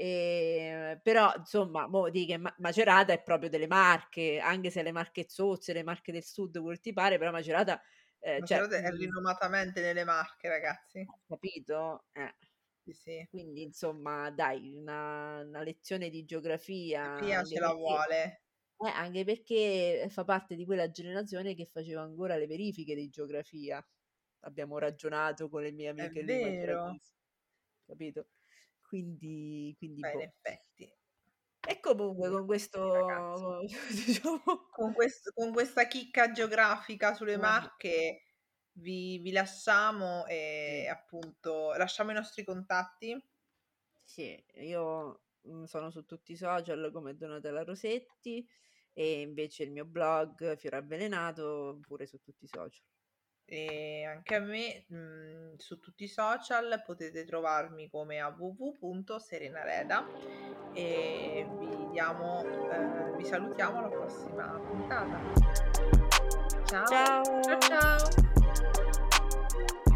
Speaker 1: Ehm, però insomma mo di che Ma Macerata è proprio delle Marche, anche se le Marche zozze, le Marche del Sud, quel ti pare, però Macerata, ehm, cioè,
Speaker 2: Macerata è
Speaker 1: mhmm
Speaker 2: rinomatamente nelle Marche, ragazzi.
Speaker 1: Capito? Eh.
Speaker 2: Sì, sì.
Speaker 1: Quindi insomma dai, una una lezione di geografia,
Speaker 2: Geografia ce
Speaker 1: anche
Speaker 2: la
Speaker 1: perché
Speaker 2: vuole.
Speaker 1: eh, anche perché fa parte di quella generazione che faceva ancora le verifiche di geografia. Abbiamo ragionato con le mie
Speaker 2: È
Speaker 1: amiche lì
Speaker 2: vero.
Speaker 1: maceratesi, capito? Quindi quindi
Speaker 2: Beh, in
Speaker 1: boh.
Speaker 2: effetti.
Speaker 1: E comunque con
Speaker 2: Sì, ragazzi.
Speaker 1: questo diciamo
Speaker 2: Con quest con questa chicca geografica sulle
Speaker 1: Ah-ah.
Speaker 2: Marche vi vi lasciamo e
Speaker 1: Sì.
Speaker 2: appunto lasciamo i nostri contatti.
Speaker 1: Sì, io, mhmm, sono su tutti i social come Donatella Rosetti e invece il mio blog Fiore Avvelenato pure su tutti i social.
Speaker 2: E anche a me, mhmm, su tutti i social potete trovarmi come a w w punto serenareda e vi diamo ehm, vi salutiamo alla prossima puntata. Ciao, cia
Speaker 1: Ciao.
Speaker 2: ciao.